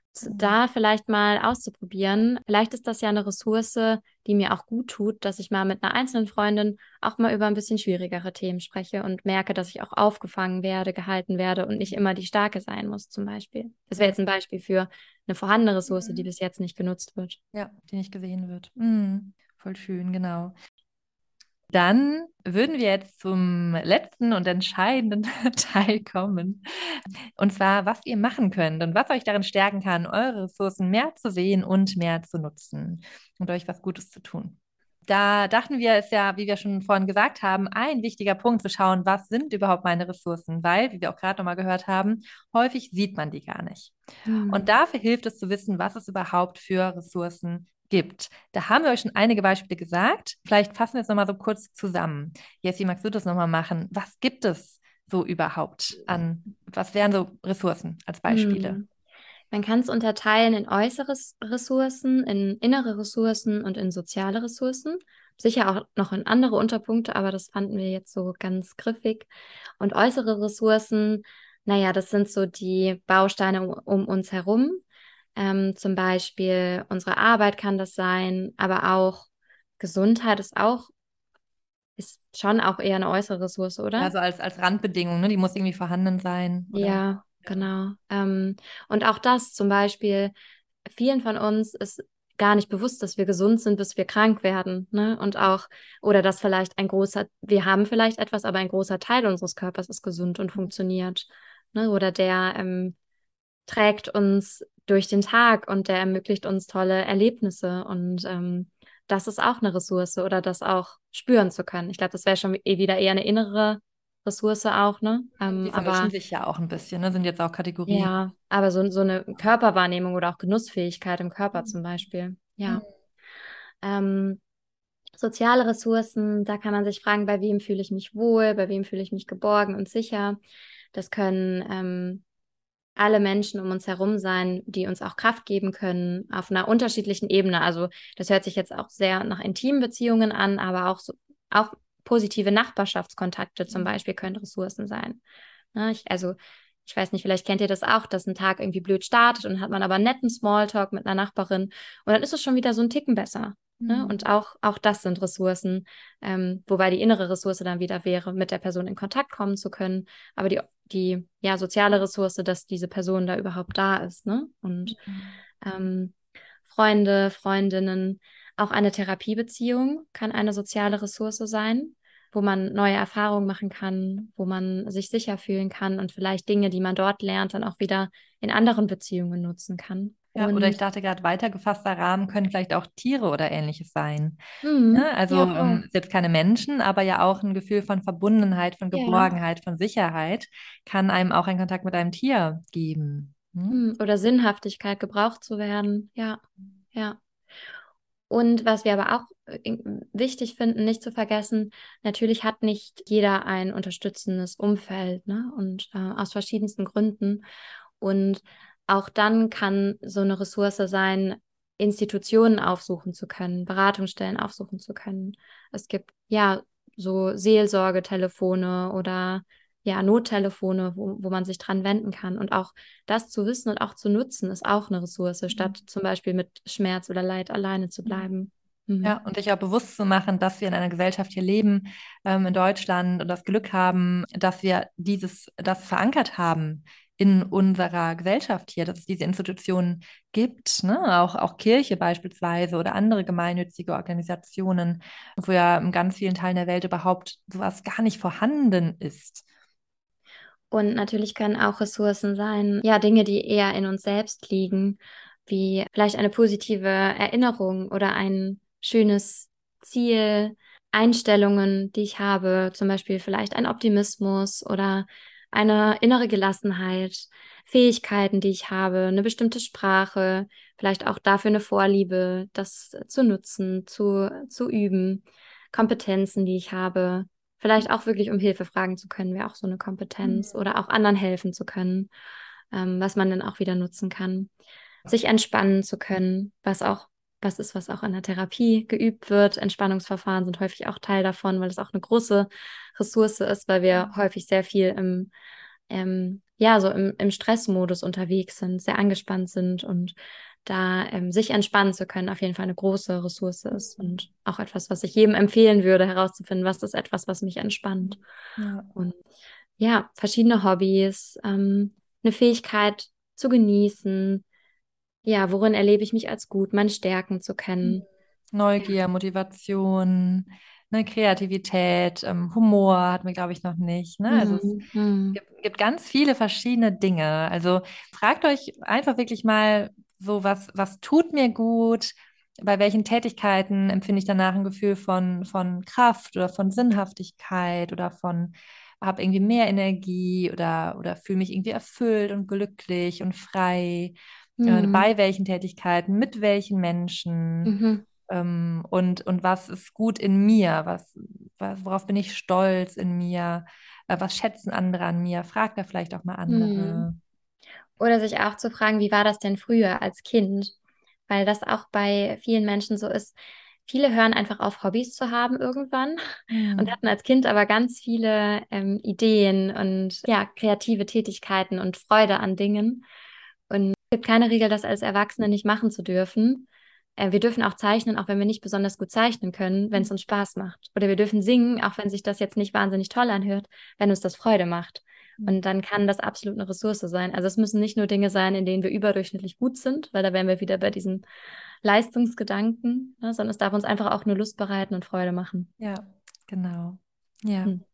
da vielleicht mal auszuprobieren. Vielleicht ist das ja eine Ressource, die mir auch gut tut, dass ich mal mit einer einzelnen Freundin auch mal über ein bisschen schwierigere Themen spreche und merke, dass ich auch aufgefangen werde, gehalten werde und nicht immer die Starke sein muss, zum Beispiel. Das wäre jetzt ein Beispiel für eine vorhandene Ressource, die bis jetzt nicht genutzt wird. Ja, die nicht gesehen wird. Mm, voll schön, genau. Dann würden wir jetzt zum letzten und entscheidenden Teil kommen. Und zwar, was ihr machen könnt und was euch darin stärken kann, eure Ressourcen mehr zu sehen und mehr zu nutzen und euch was Gutes zu tun. Da dachten wir, ist ja, wie wir schon vorhin gesagt haben, ein wichtiger Punkt zu schauen, was sind überhaupt meine Ressourcen, weil, wie wir auch gerade nochmal gehört haben, häufig sieht man die gar nicht. Hm. Und dafür hilft es zu wissen, was es überhaupt für Ressourcen gibt. Da haben wir euch schon einige Beispiele gesagt. Vielleicht fassen wir es nochmal so kurz zusammen. Jessie, magst du das nochmal machen? Was gibt es so überhaupt an, was wären so Ressourcen als Beispiele? Hm. Man kann es unterteilen in äußere Ressourcen, in innere Ressourcen und in soziale Ressourcen. sicher auch noch in andere Unterpunkte, aber das fanden wir jetzt so ganz griffig. Und äußere Ressourcen, naja, das sind so die Bausteine um, um uns herum. Ähm, zum Beispiel unsere Arbeit kann das sein, aber auch Gesundheit ist auch, ist schon auch eher eine äußere Ressource, oder? Ja, so als, als Randbedingung, ne? Die muss irgendwie vorhanden sein, oder? Ja, Ja. genau. Ähm, und auch das zum Beispiel, vielen von uns ist gar nicht bewusst, dass wir gesund sind, bis wir krank werden, ne? Und auch, oder dass vielleicht ein großer, wir haben vielleicht etwas, aber ein großer Teil unseres Körpers ist gesund und funktioniert, ne? Oder der ähm, trägt uns durch den Tag und der ermöglicht uns tolle Erlebnisse. Und ähm, das ist auch eine Ressource oder das auch spüren zu können. Ich glaube, das wäre schon eh wieder eher eine innere Ressource auch, ne? Die Ähm, vermischen aber sich ja auch ein bisschen, ne? Sind jetzt auch Kategorien. ja, aber so, so eine Körperwahrnehmung oder auch Genussfähigkeit im Körper zum Beispiel. Ja. Ähm, soziale Ressourcen, da kann man sich fragen, bei wem fühle ich mich wohl, bei wem fühle ich mich geborgen und sicher. Das können ähm, alle Menschen um uns herum sein, die uns auch Kraft geben können, auf einer unterschiedlichen Ebene. Also das hört sich jetzt auch sehr nach intimen Beziehungen an, aber auch so, auch positive Nachbarschaftskontakte zum Beispiel können Ressourcen sein. Ne, ich, also ich weiß nicht, vielleicht kennt ihr das auch, dass ein Tag irgendwie blöd startet und hat man aber einen netten Smalltalk mit einer Nachbarin und dann ist es schon wieder so ein Ticken besser. Ne? Und Mhm. auch, auch das sind Ressourcen, ähm, wobei die innere Ressource dann wieder wäre, mit der Person in Kontakt kommen zu können, aber die, die ja, soziale Ressource, dass diese Person da überhaupt da ist. Ne? Und Mhm. ähm, Freunde, Freundinnen, auch eine Therapiebeziehung kann eine soziale Ressource sein, wo man neue Erfahrungen machen kann, wo man sich sicher fühlen kann und vielleicht Dinge, die man dort lernt, dann auch wieder in anderen Beziehungen nutzen kann. Ja, oder ich Und dachte gerade, weitergefasster Rahmen können vielleicht auch Tiere oder Ähnliches sein. Ne? mhm, ja, Also voll. ähm, selbst keine Menschen, aber ja auch ein Gefühl von Verbundenheit, von Ja. Geborgenheit, von Sicherheit kann einem auch ein Kontakt mit einem Tier geben. Hm? Hm, oder Sinnhaftigkeit gebraucht zu werden. Ja, ja. Und was wir aber auch äh, wichtig finden, nicht zu vergessen, natürlich hat nicht jeder ein unterstützendes Umfeld, ne? Und äh, aus verschiedensten Gründen. Und auch dann kann so eine Ressource sein, Institutionen aufsuchen zu können, Beratungsstellen aufsuchen zu können. Es gibt ja so Seelsorgetelefone oder ja Nottelefone, wo, wo man sich dran wenden kann. Und auch das zu wissen und auch zu nutzen, ist auch eine Ressource, statt zum Beispiel mit Schmerz oder Leid alleine zu bleiben. Ja, Mhm. und sich auch bewusst zu machen, dass wir in einer Gesellschaft hier leben, ähm, in Deutschland und das Glück haben, dass wir dieses, das verankert haben in unserer Gesellschaft hier, dass es diese Institutionen gibt, ne? Auch, auch Kirche beispielsweise oder andere gemeinnützige Organisationen, wo ja in ganz vielen Teilen der Welt überhaupt sowas gar nicht vorhanden ist. Und natürlich können auch Ressourcen sein, ja, Dinge, die eher in uns selbst liegen, wie vielleicht eine positive Erinnerung oder ein schönes Ziel, Einstellungen, die ich habe, zum Beispiel vielleicht ein Optimismus oder eine innere Gelassenheit, Fähigkeiten, die ich habe, eine bestimmte Sprache, vielleicht auch dafür eine Vorliebe, das zu nutzen, zu, zu üben, Kompetenzen, die ich habe. Vielleicht auch wirklich um Hilfe fragen zu können, wäre auch so eine Kompetenz oder auch anderen helfen zu können, ähm, was man dann auch wieder nutzen kann. Sich entspannen zu können, was auch was ist, was auch in der Therapie geübt wird. Entspannungsverfahren sind häufig auch Teil davon, weil es auch eine große Ressource ist, weil wir häufig sehr viel im, ähm, ja, so im, im Stressmodus unterwegs sind, sehr angespannt sind und da ähm, sich entspannen zu können, auf jeden Fall eine große Ressource ist und auch etwas, was ich jedem empfehlen würde, herauszufinden, was ist etwas, was mich entspannt. Ja. Und ja, verschiedene Hobbys, ähm, eine Fähigkeit zu genießen, ja, worin erlebe ich mich als gut, meine Stärken zu kennen. Ja. Neugier, Motivation, ne, Kreativität, ähm, Humor hatten wir, glaube ich, noch nicht. Ne? Also es Mhm. Mhm. gibt, gibt ganz viele verschiedene Dinge. Also fragt euch einfach wirklich mal so, was, was tut mir gut? Bei welchen Tätigkeiten empfinde ich danach ein Gefühl von, von Kraft oder von Sinnhaftigkeit oder von, habe irgendwie mehr Energie oder, oder fühle mich irgendwie erfüllt und glücklich und frei? Äh, Mhm. bei welchen Tätigkeiten, mit welchen Menschen? Mhm. Ähm, und, und was ist gut in mir? Was, was, worauf bin ich stolz in mir? Äh, was schätzen andere an mir? Frag da vielleicht auch mal Mhm. andere. Oder sich auch zu fragen, wie war das denn früher als Kind? Weil das auch bei vielen Menschen so ist. viele hören einfach auf, Hobbys zu haben irgendwann und Hm. hatten als Kind aber ganz viele ähm, Ideen und ja, kreative Tätigkeiten und Freude an Dingen. Und es gibt keine Regel, das als Erwachsene nicht machen zu dürfen. Äh, wir dürfen auch zeichnen, auch wenn wir nicht besonders gut zeichnen können, wenn es uns Spaß macht. Oder wir dürfen singen, auch wenn sich das jetzt nicht wahnsinnig toll anhört, wenn uns das Freude macht. Und dann kann das absolut eine Ressource sein. Also es müssen nicht nur Dinge sein, in denen wir überdurchschnittlich gut sind, weil da wären wir wieder bei diesen Leistungsgedanken, ne, sondern es darf uns einfach auch nur Lust bereiten und Freude machen. Ja, genau. Ja, Hm.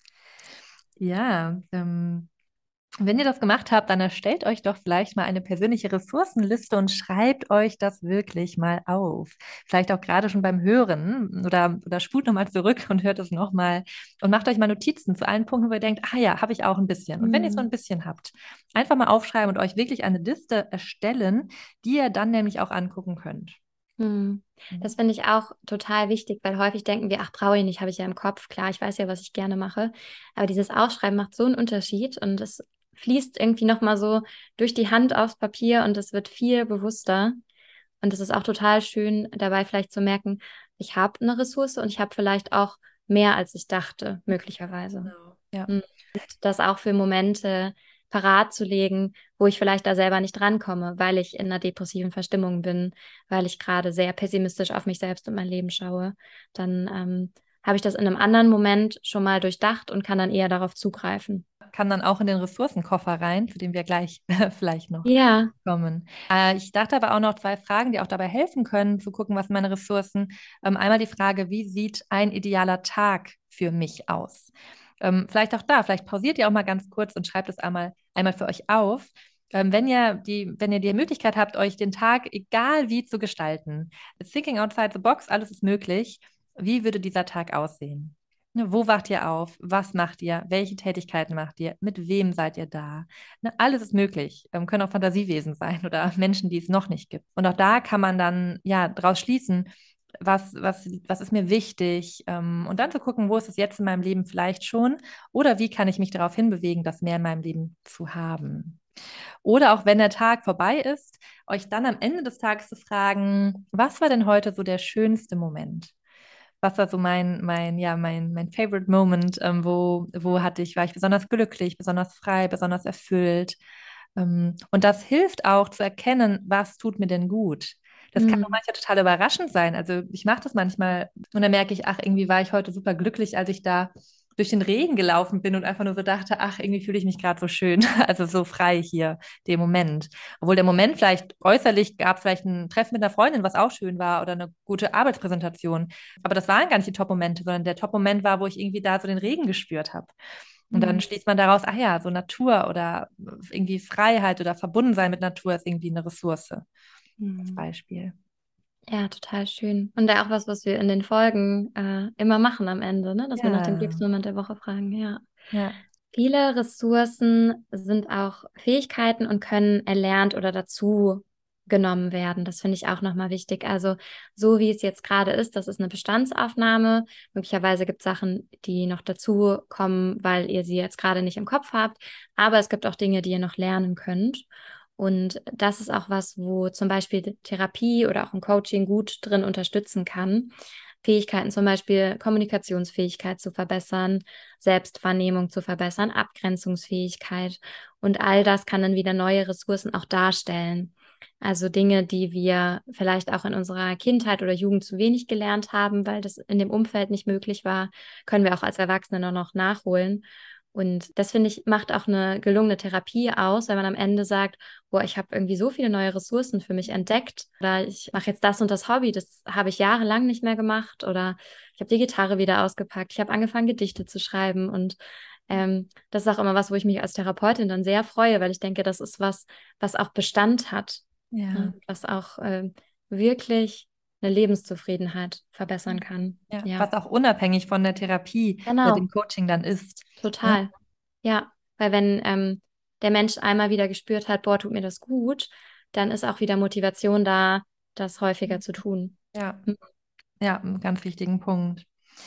ja. Ähm, wenn ihr das gemacht habt, dann erstellt euch doch vielleicht mal eine persönliche Ressourcenliste und schreibt euch das wirklich mal auf. Vielleicht auch gerade schon beim Hören oder, oder spult nochmal zurück und hört es nochmal und macht euch mal Notizen zu allen Punkten, wo ihr denkt, ah ja, habe ich auch ein bisschen. Und wenn ihr so Hm. ein bisschen habt, einfach mal aufschreiben und euch wirklich eine Liste erstellen, die ihr dann nämlich auch angucken könnt. Hm. Das Mhm. finde ich auch total wichtig, weil häufig denken wir, ach, brauche ich nicht, habe ich ja im Kopf. Klar, ich weiß ja, was ich gerne mache. Aber dieses Aufschreiben macht so einen Unterschied und es fließt irgendwie nochmal so durch die Hand aufs Papier und es wird viel bewusster. Und es ist auch total schön, dabei vielleicht zu merken, ich habe eine Ressource und ich habe vielleicht auch mehr, als ich dachte, möglicherweise. Genau. Ja. Hm. Und das auch für Momente parat zu legen, wo ich vielleicht da selber nicht drankomme, weil ich in einer depressiven Verstimmung bin, weil ich gerade sehr pessimistisch auf mich selbst und mein Leben schaue, dann ähm, habe ich das in einem anderen Moment schon mal durchdacht und kann dann eher darauf zugreifen. Kann dann auch in den Ressourcenkoffer rein, zu dem wir gleich vielleicht noch Ja. kommen. Äh, ich dachte aber auch noch zwei Fragen, die auch dabei helfen können, zu gucken, was sind meine Ressourcen. Ähm, einmal die Frage, wie sieht ein idealer Tag für mich aus? Ähm, vielleicht auch da, vielleicht pausiert ihr auch mal ganz kurz und schreibt es einmal, einmal für euch auf. Ähm, wenn ihr die, wenn ihr die Möglichkeit habt, euch den Tag egal wie zu gestalten, thinking outside the box, alles ist möglich. Wie würde dieser Tag aussehen? Ne, wo wacht ihr auf? Was macht ihr? Welche Tätigkeiten macht ihr? Mit wem seid ihr da? Ne, alles ist möglich. Ähm, können auch Fantasiewesen sein oder Menschen, die es noch nicht gibt. Und auch da kann man dann ja daraus schließen, was, was, was ist mir wichtig? Ähm, und dann zu gucken, wo ist es jetzt in meinem Leben vielleicht schon? Oder wie kann ich mich darauf hinbewegen, das mehr in meinem Leben zu haben? Oder auch wenn der Tag vorbei ist, euch dann am Ende des Tages zu fragen, was war denn heute so der schönste Moment? Was war so mein, mein, ja, mein, mein Favorite Moment? Ähm, wo, wo hatte ich, war ich besonders glücklich, besonders frei, besonders erfüllt? Ähm, und das hilft auch zu erkennen, was tut mir denn gut. Das kann auch Hm. manchmal total überraschend sein. Also ich mache das manchmal und dann merke ich, ach, irgendwie war ich heute super glücklich, als ich da durch den Regen gelaufen bin und einfach nur so dachte, ach, irgendwie fühle ich mich gerade so schön, also so frei hier, dem Moment. Obwohl der Moment vielleicht äußerlich gab, vielleicht ein Treffen mit einer Freundin, was auch schön war, oder eine gute Arbeitspräsentation. Aber das waren gar nicht die Top-Momente, sondern der Top-Moment war, wo ich irgendwie da so den Regen gespürt habe. Und dann Hm. schließt man daraus, ach ja, so Natur oder irgendwie Freiheit oder Verbundensein mit Natur ist irgendwie eine Ressource, als Hm. Beispiel. Ja, total schön. Und auch was, was wir in den Folgen äh, immer machen am Ende, ne? Dass wir nach dem Ja, Glücksmoment der Woche fragen. Ja. ja, Viele Ressourcen sind auch Fähigkeiten und können erlernt oder dazu genommen werden. Das finde ich auch nochmal wichtig. Also so wie es jetzt gerade ist, das ist eine Bestandsaufnahme. Möglicherweise gibt es Sachen, die noch dazu kommen, weil ihr sie jetzt gerade nicht im Kopf habt. Aber es gibt auch Dinge, die ihr noch lernen könnt. Und das ist auch was, wo zum Beispiel Therapie oder auch ein Coaching gut drin unterstützen kann. Fähigkeiten, zum Beispiel Kommunikationsfähigkeit zu verbessern, Selbstwahrnehmung zu verbessern, Abgrenzungsfähigkeit. Und all das kann dann wieder neue Ressourcen auch darstellen. Also Dinge, die wir vielleicht auch in unserer Kindheit oder Jugend zu wenig gelernt haben, weil das in dem Umfeld nicht möglich war, können wir auch als Erwachsene nur noch nachholen. Und das finde ich, macht auch eine gelungene Therapie aus, wenn man am Ende sagt, boah, ich habe irgendwie so viele neue Ressourcen für mich entdeckt. Oder ich mache jetzt das und das Hobby, das habe ich jahrelang nicht mehr gemacht. Oder ich habe die Gitarre wieder ausgepackt. Ich habe angefangen, Gedichte zu schreiben. Und ähm, das ist auch immer was, wo ich mich als Therapeutin dann sehr freue, weil ich denke, das ist was, was auch Bestand hat. ja. Ne? Was auch ähm, wirklich eine Lebenszufriedenheit verbessern kann. Ja, Ja, was auch unabhängig von der Therapie oder dem genau. Coaching dann ist. Ne? Total. Ja, weil wenn ähm, der Mensch einmal wieder gespürt hat, boah, tut mir das gut, dann ist auch wieder Motivation da, das häufiger zu tun. Ja, Hm. ja, einen ganz wichtigen Punkt.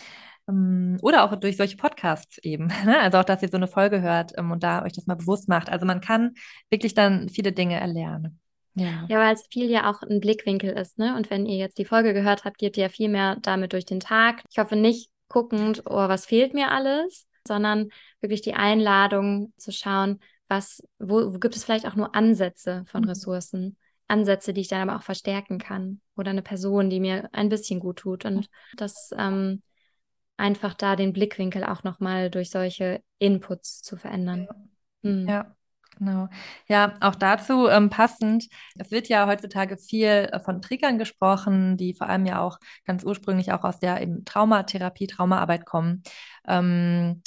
Ähm, Oder auch durch solche Podcasts eben. Ne? Also auch, dass ihr so eine Folge hört ähm, und da euch das mal bewusst macht. Also man kann wirklich dann viele Dinge erlernen. Ja. Ja, weil es viel ja auch ein Blickwinkel ist, ne? Und wenn ihr jetzt die Folge gehört habt, geht ihr ja viel mehr damit durch den Tag. Ich hoffe nicht guckend, oh, was fehlt mir alles, sondern wirklich die Einladung zu schauen, was, wo, wo gibt es vielleicht auch nur Ansätze von Mhm. Ressourcen, Ansätze, die ich dann aber auch verstärken kann oder eine Person, die mir ein bisschen gut tut und das ähm, einfach da den Blickwinkel auch nochmal durch solche Inputs zu verändern. Hm. Ja, genau. Ja, auch dazu ähm, passend, es wird ja heutzutage viel äh, von Triggern gesprochen, die vor allem ja auch ganz ursprünglich auch aus der eben Traumatherapie, Traumaarbeit kommen. Ähm,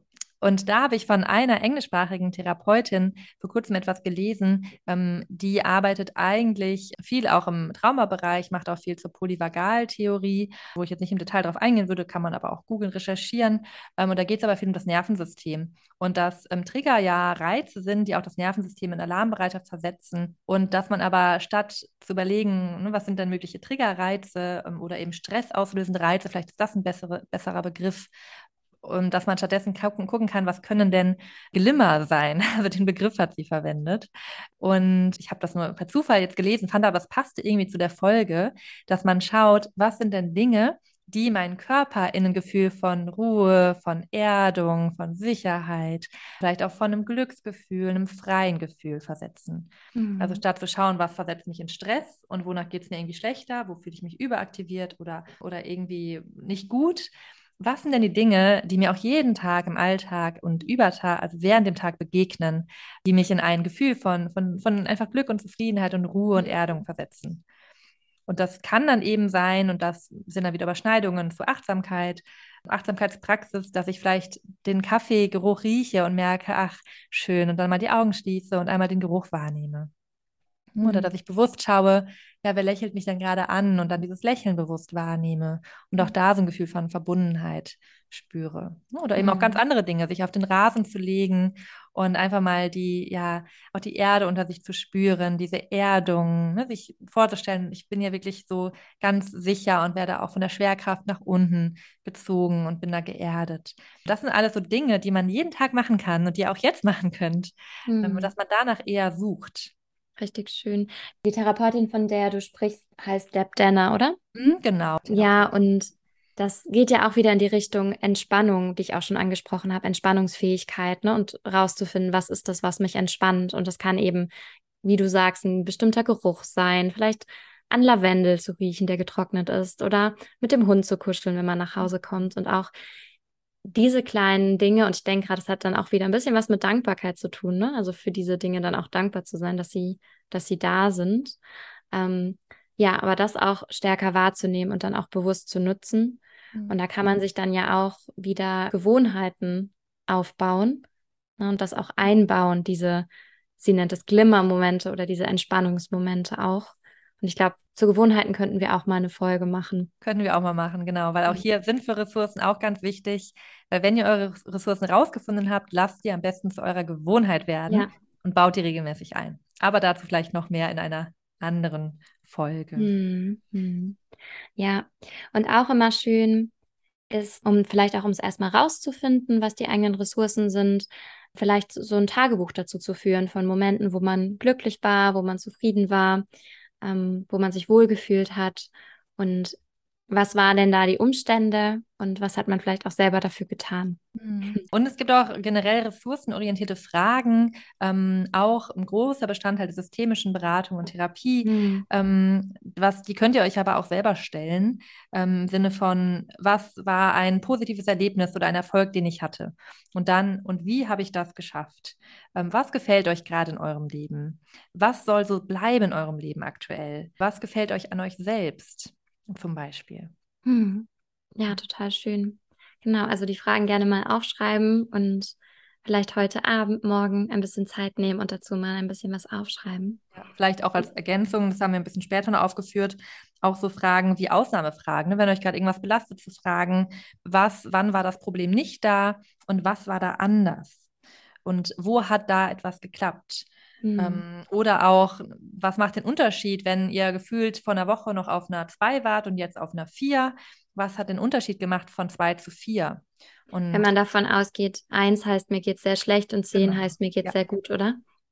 Und da habe ich von einer englischsprachigen Therapeutin vor kurzem etwas gelesen. Ähm, die arbeitet eigentlich viel auch im Traumabereich, macht auch viel zur Polyvagaltheorie, wo ich jetzt nicht im Detail darauf eingehen würde, kann man aber auch googeln, recherchieren. Ähm, und da geht es aber viel um das Nervensystem. Und dass ähm, Trigger ja Reize sind, die auch das Nervensystem in Alarmbereitschaft versetzen. Und dass man aber statt zu überlegen, ne, was sind denn mögliche Triggerreize ähm, oder eben stressauslösende Reize, vielleicht ist das ein bessere, besserer Begriff, und dass man stattdessen gucken, gucken kann, was können denn Glimmer sein? Also den Begriff hat sie verwendet. Und ich habe das nur per Zufall jetzt gelesen, fand aber, es passte irgendwie zu der Folge, dass man schaut, was sind denn Dinge, die meinen Körper in ein Gefühl von Ruhe, von Erdung, von Sicherheit, vielleicht auch von einem Glücksgefühl, einem freien Gefühl versetzen. Also Hm. statt zu schauen, was versetzt mich in Stress und wonach geht es mir irgendwie schlechter, wo fühle ich mich überaktiviert oder, oder irgendwie nicht gut, was sind denn die Dinge, die mir auch jeden Tag im Alltag und über Tag, also während dem Tag begegnen, die mich in ein Gefühl von, von, von einfach Glück und Zufriedenheit und Ruhe und Erdung versetzen? Und das kann dann eben sein, und das sind dann wieder Überschneidungen zu Achtsamkeit, Achtsamkeitspraxis, dass ich vielleicht den Kaffeegeruch rieche und merke, ach, schön, und dann mal die Augen schließe und einmal den Geruch wahrnehme. Oder dass Hm. ich bewusst schaue, ja, wer lächelt mich denn gerade an und dann dieses Lächeln bewusst wahrnehme und auch da so ein Gefühl von Verbundenheit spüre. Oder eben auch ganz Hm. andere Dinge, sich auf den Rasen zu legen und einfach mal die, ja, auch die Erde unter sich zu spüren, diese Erdung, ne, sich vorzustellen, ich bin ja wirklich so ganz sicher und werde auch von der Schwerkraft nach unten gezogen und bin da geerdet. Das sind alles so Dinge, die man jeden Tag machen kann und die ihr auch jetzt machen könnt, ähm, Hm. dass man danach eher sucht. Richtig schön. Die Therapeutin, von der du sprichst, heißt Deb Danner, oder? Mhm, genau. Ja, Therapeut. und das geht ja auch wieder in die Richtung Entspannung, die ich auch schon angesprochen habe, Entspannungsfähigkeit, ne? Und rauszufinden, was ist das, was mich entspannt. Und das kann eben, wie du sagst, ein bestimmter Geruch sein, vielleicht an Lavendel zu riechen, der getrocknet ist, oder mit dem Hund zu kuscheln, wenn man nach Hause kommt. Und auch diese kleinen Dinge, und ich denke gerade, das hat dann auch wieder ein bisschen was mit Dankbarkeit zu tun, ne? Also für diese Dinge dann auch dankbar zu sein, dass sie, dass sie da sind. Ähm, ja, aber das auch stärker wahrzunehmen und dann auch bewusst zu nutzen. Und Mhm. da kann man sich dann ja auch wieder Gewohnheiten aufbauen, ne? Und das auch einbauen, diese, sie nennt es Glimmermomente oder diese Entspannungsmomente auch. Und ich glaube, zu Gewohnheiten könnten wir auch mal eine Folge machen. Können wir auch mal machen, genau. Weil auch hier sind für Ressourcen auch ganz wichtig, weil wenn ihr eure Ressourcen rausgefunden habt, lasst die am besten zu eurer Gewohnheit werden Ja. und baut die regelmäßig ein. Aber dazu vielleicht noch mehr in einer anderen Folge. Hm, hm. Ja, und auch immer schön ist, um vielleicht auch, um es erstmal rauszufinden, was die eigenen Ressourcen sind, vielleicht so ein Tagebuch dazu zu führen von Momenten, wo man glücklich war, wo man zufrieden war, ähm, wo man sich wohlgefühlt hat und was waren denn da die Umstände und was hat man vielleicht auch selber dafür getan. Mhm. Und es gibt auch generell ressourcenorientierte Fragen, ähm, auch ein großer Bestandteil der systemischen Beratung und Therapie. Hm, Ähm, was, die könnt ihr euch aber auch selber stellen, ähm, im Sinne von, was war ein positives Erlebnis oder ein Erfolg, den ich hatte? Und dann, und wie habe ich das geschafft? Ähm, was gefällt euch gerade in eurem Leben? Was soll so bleiben in eurem Leben aktuell? Was gefällt euch an euch selbst zum Beispiel? hm. Ja, total schön. Genau, also die Fragen gerne mal aufschreiben und vielleicht heute Abend, morgen ein bisschen Zeit nehmen und dazu mal ein bisschen was aufschreiben. Ja, vielleicht auch als Ergänzung, das haben wir ein bisschen später noch aufgeführt, auch so Fragen wie Ausnahmefragen. Ne? Wenn euch gerade irgendwas belastet, zu fragen, was, wann war das Problem nicht da und was war da anders? Und wo hat da etwas geklappt? Hm. Ähm, oder auch, was macht den Unterschied, wenn ihr gefühlt vor einer Woche noch auf einer zwei wart und jetzt auf einer vier? Was hat den Unterschied gemacht von zwei zu vier? Wenn Und man davon ausgeht, eins heißt, mir geht's sehr schlecht und zehn genau. heißt, mir geht's Ja. sehr gut, oder?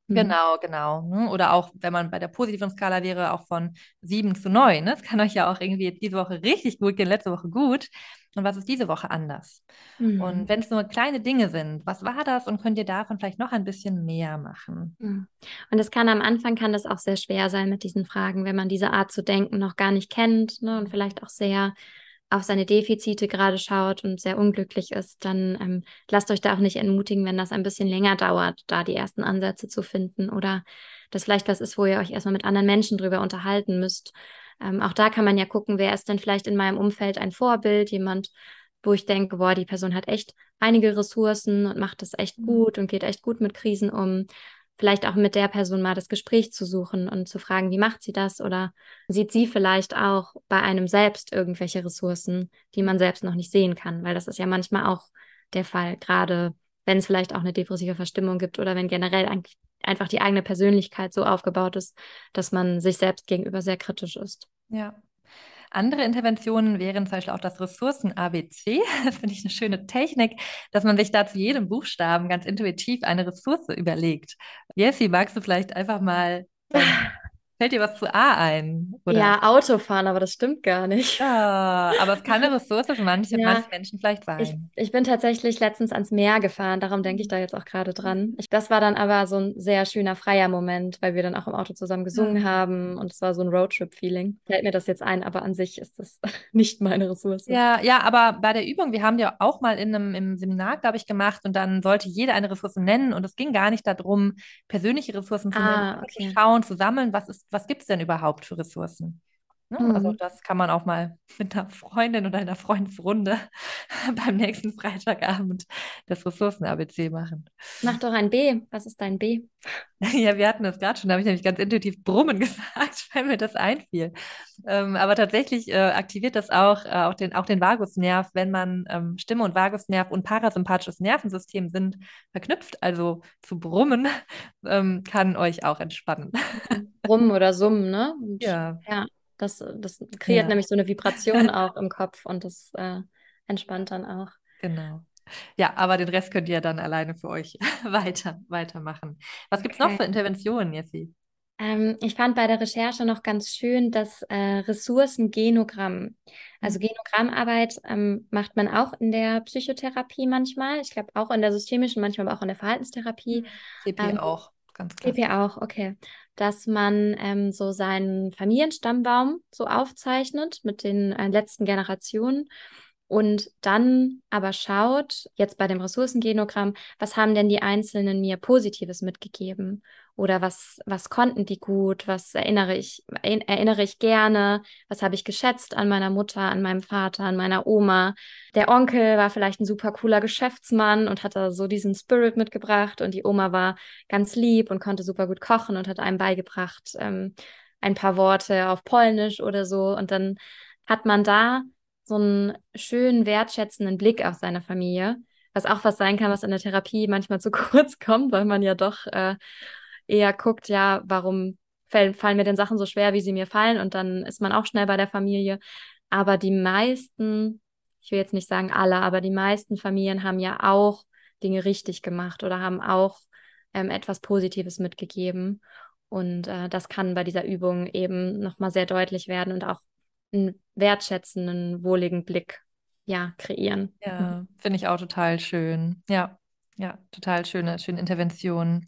Mhm. Genau, genau. Ne? Oder auch, wenn man bei der positiven Skala wäre, auch von sieben zu neun. Ne? Es kann euch ja auch irgendwie jetzt diese Woche richtig gut gehen, letzte Woche gut. Und was ist diese Woche anders? Und Mhm. wenn es nur kleine Dinge sind, was war das? Und könnt ihr davon vielleicht noch ein bisschen mehr machen? Mhm. Und es kann am Anfang kann das auch sehr schwer sein mit diesen Fragen, wenn man diese Art zu denken noch gar nicht kennt, ne, und vielleicht auch sehr auf seine Defizite gerade schaut und sehr unglücklich ist, dann ähm, lasst euch da auch nicht entmutigen, wenn das ein bisschen länger dauert, da die ersten Ansätze zu finden oder das vielleicht was ist, wo ihr euch erstmal mit anderen Menschen drüber unterhalten müsst. Ähm, auch da kann man ja gucken, wer ist denn vielleicht in meinem Umfeld ein Vorbild, jemand, wo ich denke, boah, die Person hat echt einige Ressourcen und macht das echt gut und geht echt gut mit Krisen um. Vielleicht auch mit der Person mal das Gespräch zu suchen und zu fragen, wie macht sie das? Oder sieht sie vielleicht auch bei einem selbst irgendwelche Ressourcen, die man selbst noch nicht sehen kann? Weil das ist ja manchmal auch der Fall, gerade wenn es vielleicht auch eine depressive Verstimmung gibt oder wenn generell eigentlich einfach die eigene Persönlichkeit so aufgebaut ist, dass man sich selbst gegenüber sehr kritisch ist. Ja. Andere Interventionen wären zum Beispiel auch das Ressourcen-A B C. Das finde ich eine schöne Technik, dass man sich da zu jedem Buchstaben ganz intuitiv eine Ressource überlegt. Jessie, magst du vielleicht einfach mal, ähm, fällt dir was zu A ein? Oder? Ja, Autofahren, aber das stimmt gar nicht. Ja, aber es kann eine Ressource für manche, Ja, manche Menschen vielleicht Ich, sein. ich bin tatsächlich letztens ans Meer gefahren, darum denke ich da jetzt auch gerade dran. Ich, das war dann aber so ein sehr schöner, freier Moment, weil wir dann auch im Auto zusammen gesungen Ja. haben und es war so ein Roadtrip-Feeling. Fällt mir das jetzt ein, aber an sich ist das nicht meine Ressource. Ja, ja, aber bei der Übung, wir haben ja auch mal in einem im Seminar, glaube ich, gemacht und dann sollte jeder eine Ressource nennen und es ging gar nicht darum, persönliche Ressourcen zu nennen, Ah, sondern zu okay. schauen, zu sammeln, was ist, was gibt es denn überhaupt für Ressourcen? Ne? Also Hm. das kann man auch mal mit einer Freundin oder einer Freundesrunde beim nächsten Freitagabend das Ressourcen-A B C machen. Mach doch ein B. Was ist dein B? Ja, wir hatten das gerade schon, da habe ich nämlich ganz intuitiv Brummen gesagt, weil mir das einfiel. Ähm, aber tatsächlich äh, aktiviert das auch, äh, auch den, auch den Vagusnerv, wenn man ähm, Stimme und Vagusnerv und parasympathisches Nervensystem sind verknüpft. Also zu brummen ähm, kann euch auch entspannen. Brummen oder Summen, ne? Und Ja, ja, das, das kreiert ja, nämlich so eine Vibration auch im Kopf und das äh, entspannt dann auch. genau. Ja, aber den Rest könnt ihr dann alleine für euch weiter, weitermachen. Was gibt es noch Okay. für Interventionen, Jessie? Ähm, ich fand bei der Recherche noch ganz schön das äh, Ressourcengenogramm. Also Genogrammarbeit ähm, macht man auch in der Psychotherapie manchmal. Ich glaube auch in der systemischen, manchmal aber auch in der Verhaltenstherapie. C P Ähm, auch, ganz klasse. T P auch, okay. Dass man ähm, so seinen Familienstammbaum so aufzeichnet mit den äh, letzten Generationen und dann aber schaut, jetzt bei dem Ressourcengenogramm, was haben denn die Einzelnen mir Positives mitgegeben? Oder was, was konnten die gut? Was erinnere ich, erinnere ich gerne? Was habe ich geschätzt an meiner Mutter, an meinem Vater, an meiner Oma? Der Onkel war vielleicht ein super cooler Geschäftsmann und hatte so diesen Spirit mitgebracht und die Oma war ganz lieb und konnte super gut kochen und hat einem beigebracht, ähm, ein paar Worte auf Polnisch oder so. Und dann hat man da so einen schönen, wertschätzenden Blick auf seine Familie, was auch was sein kann, was in der Therapie manchmal zu kurz kommt, weil man ja doch äh, eher guckt, ja, warum fall, fallen mir denn Sachen so schwer, wie sie mir fallen? Und dann ist man auch schnell bei der Familie. Aber die meisten, ich will jetzt nicht sagen alle, aber die meisten Familien haben ja auch Dinge richtig gemacht oder haben auch ähm, etwas Positives mitgegeben. Und äh, das kann bei dieser Übung eben nochmal sehr deutlich werden und auch einen wertschätzenden, wohligen Blick, ja, kreieren. Mhm. Ja, finde ich auch total schön. Ja, ja, total schöne, schöne Intervention.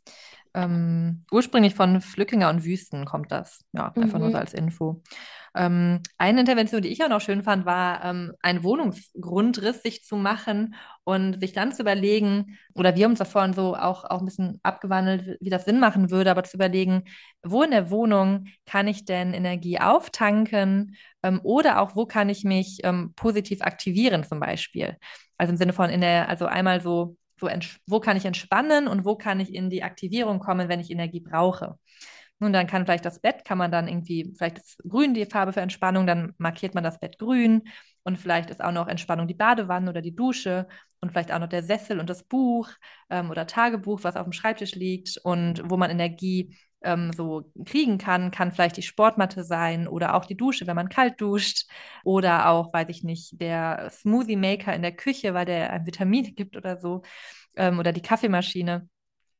Ähm, ursprünglich von Flückinger und Wüsten kommt das. Ja, einfach nur so Mhm. als Info. Ähm, eine Intervention, die ich auch noch schön fand, war, ähm, einen Wohnungsgrundriss sich zu machen und sich dann zu überlegen, oder wir haben uns das vorhin so auch, auch ein bisschen abgewandelt, wie das Sinn machen würde, aber zu überlegen, wo in der Wohnung kann ich denn Energie auftanken, ähm, oder auch, wo kann ich mich ähm, positiv aktivieren zum Beispiel. Also im Sinne von in der, also einmal so so wo kann ich entspannen und wo kann ich in die Aktivierung kommen, wenn ich Energie brauche. Und dann kann vielleicht das Bett, kann man dann irgendwie, vielleicht ist grün die Farbe für Entspannung, dann markiert man das Bett grün und vielleicht ist auch noch Entspannung die Badewanne oder die Dusche und vielleicht auch noch der Sessel und das Buch ähm, oder Tagebuch, was auf dem Schreibtisch liegt und wo man Energie ähm, so kriegen kann, kann vielleicht die Sportmatte sein oder auch die Dusche, wenn man kalt duscht oder auch, weiß ich nicht, der Smoothie Maker in der Küche, weil der ein Vitamin gibt oder so ähm, oder die Kaffeemaschine.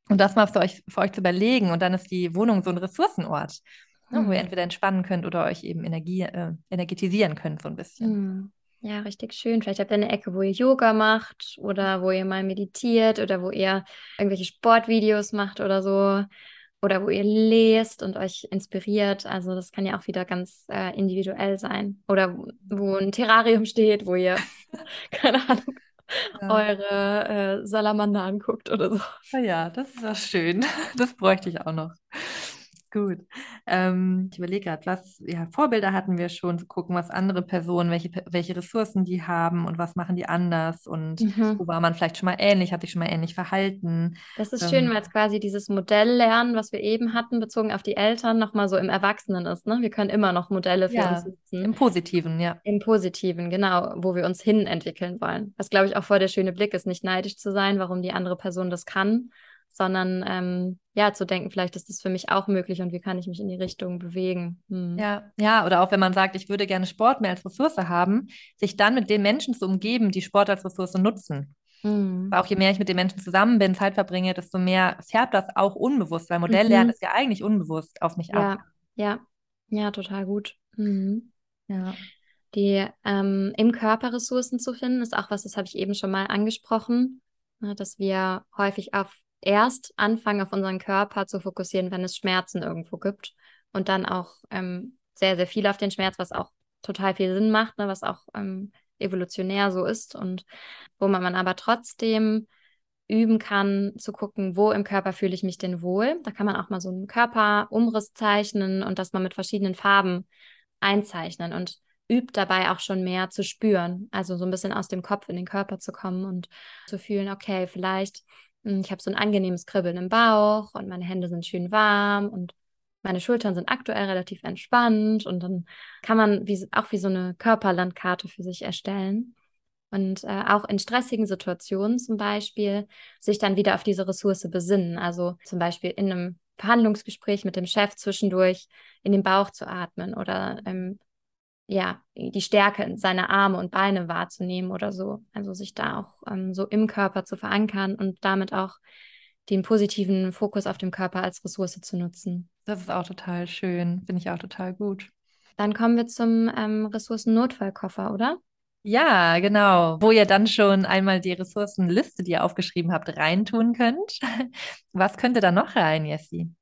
Und das mal für euch, für euch zu überlegen. Und dann ist die Wohnung so ein Ressourcenort, ne, wo ihr Hm. entweder entspannen könnt oder euch eben Energie, äh, energetisieren könnt, so ein bisschen. Hm. Ja, richtig schön. Vielleicht habt ihr eine Ecke, wo ihr Yoga macht oder wo ihr mal meditiert oder wo ihr irgendwelche Sportvideos macht oder so. Oder wo ihr lest und euch inspiriert. Also das kann ja auch wieder ganz äh, individuell sein. Oder wo wo ein Terrarium steht, wo ihr, keine Ahnung, Ja. eure äh, Salamander anguckt oder so. Ah ja, das ist ja schön. Das bräuchte ich auch noch. Gut. Ähm, ich überlege gerade, was, ja, Vorbilder hatten wir schon, zu gucken, was andere Personen, welche, welche Ressourcen die haben und was machen die anders und Mhm. wo war man vielleicht schon mal ähnlich, hat sich schon mal ähnlich verhalten. Das ist schön, Ähm, weil es quasi dieses Modelllernen, was wir eben hatten, bezogen auf die Eltern, nochmal so im Erwachsenen ist. Ne? Wir können immer noch Modelle für uns ja, nutzen. im Positiven, ja. Im Positiven, genau, wo wir uns hin entwickeln wollen. Was, glaube ich, auch voll der schöne Blick ist, nicht neidisch zu sein, warum die andere Person das kann, sondern ähm, ja, zu denken, vielleicht ist das für mich auch möglich und wie kann ich mich in die Richtung bewegen. Hm. Ja, ja, oder auch wenn man sagt, ich würde gerne Sport mehr als Ressource haben, sich dann mit den Menschen zu umgeben, die Sport als Ressource nutzen. Hm. Weil auch je mehr ich mit den Menschen zusammen bin, Zeit verbringe, desto mehr färbt das auch unbewusst, weil Modelllernen Mhm. ist ja eigentlich unbewusst auf mich ab. Ja, ja, ja, total gut. Mhm. Ja. Die ähm, im Körper Ressourcen zu finden, ist auch was, das habe ich eben schon mal angesprochen, ne, dass wir häufig auf erst anfangen, auf unseren Körper zu fokussieren, wenn es Schmerzen irgendwo gibt und dann auch ähm, sehr, sehr viel auf den Schmerz, was auch total viel Sinn macht, ne, was auch ähm, evolutionär so ist und wo man, man aber trotzdem üben kann, zu gucken, wo im Körper fühle ich mich denn wohl. Da kann man auch mal so einen Körperumriss zeichnen und das mal mit verschiedenen Farben einzeichnen und übt dabei auch schon mehr zu spüren. Also so ein bisschen aus dem Kopf in den Körper zu kommen und zu fühlen, okay, vielleicht, hm, ich habe so ein angenehmes Kribbeln im Bauch und meine Hände sind schön warm und meine Schultern sind aktuell relativ entspannt und dann kann man wie, auch wie so eine Körperlandkarte für sich erstellen. Und äh, auch in stressigen Situationen zum Beispiel sich dann wieder auf diese Ressource besinnen. Also zum Beispiel in einem Verhandlungsgespräch mit dem Chef zwischendurch in den Bauch zu atmen oder ähm, ja, die Stärke in seine Arme und Beine wahrzunehmen oder so. Also sich da auch ähm, so im Körper zu verankern und damit auch den positiven Fokus auf dem Körper als Ressource zu nutzen. Das ist auch total schön. Finde ich auch total gut. Dann kommen wir zum ähm, Ressourcen-Notfallkoffer, oder? Ja, genau. Wo ihr dann schon einmal die Ressourcenliste, die ihr aufgeschrieben habt, reintun könnt. Was könnte da noch rein, Jessie?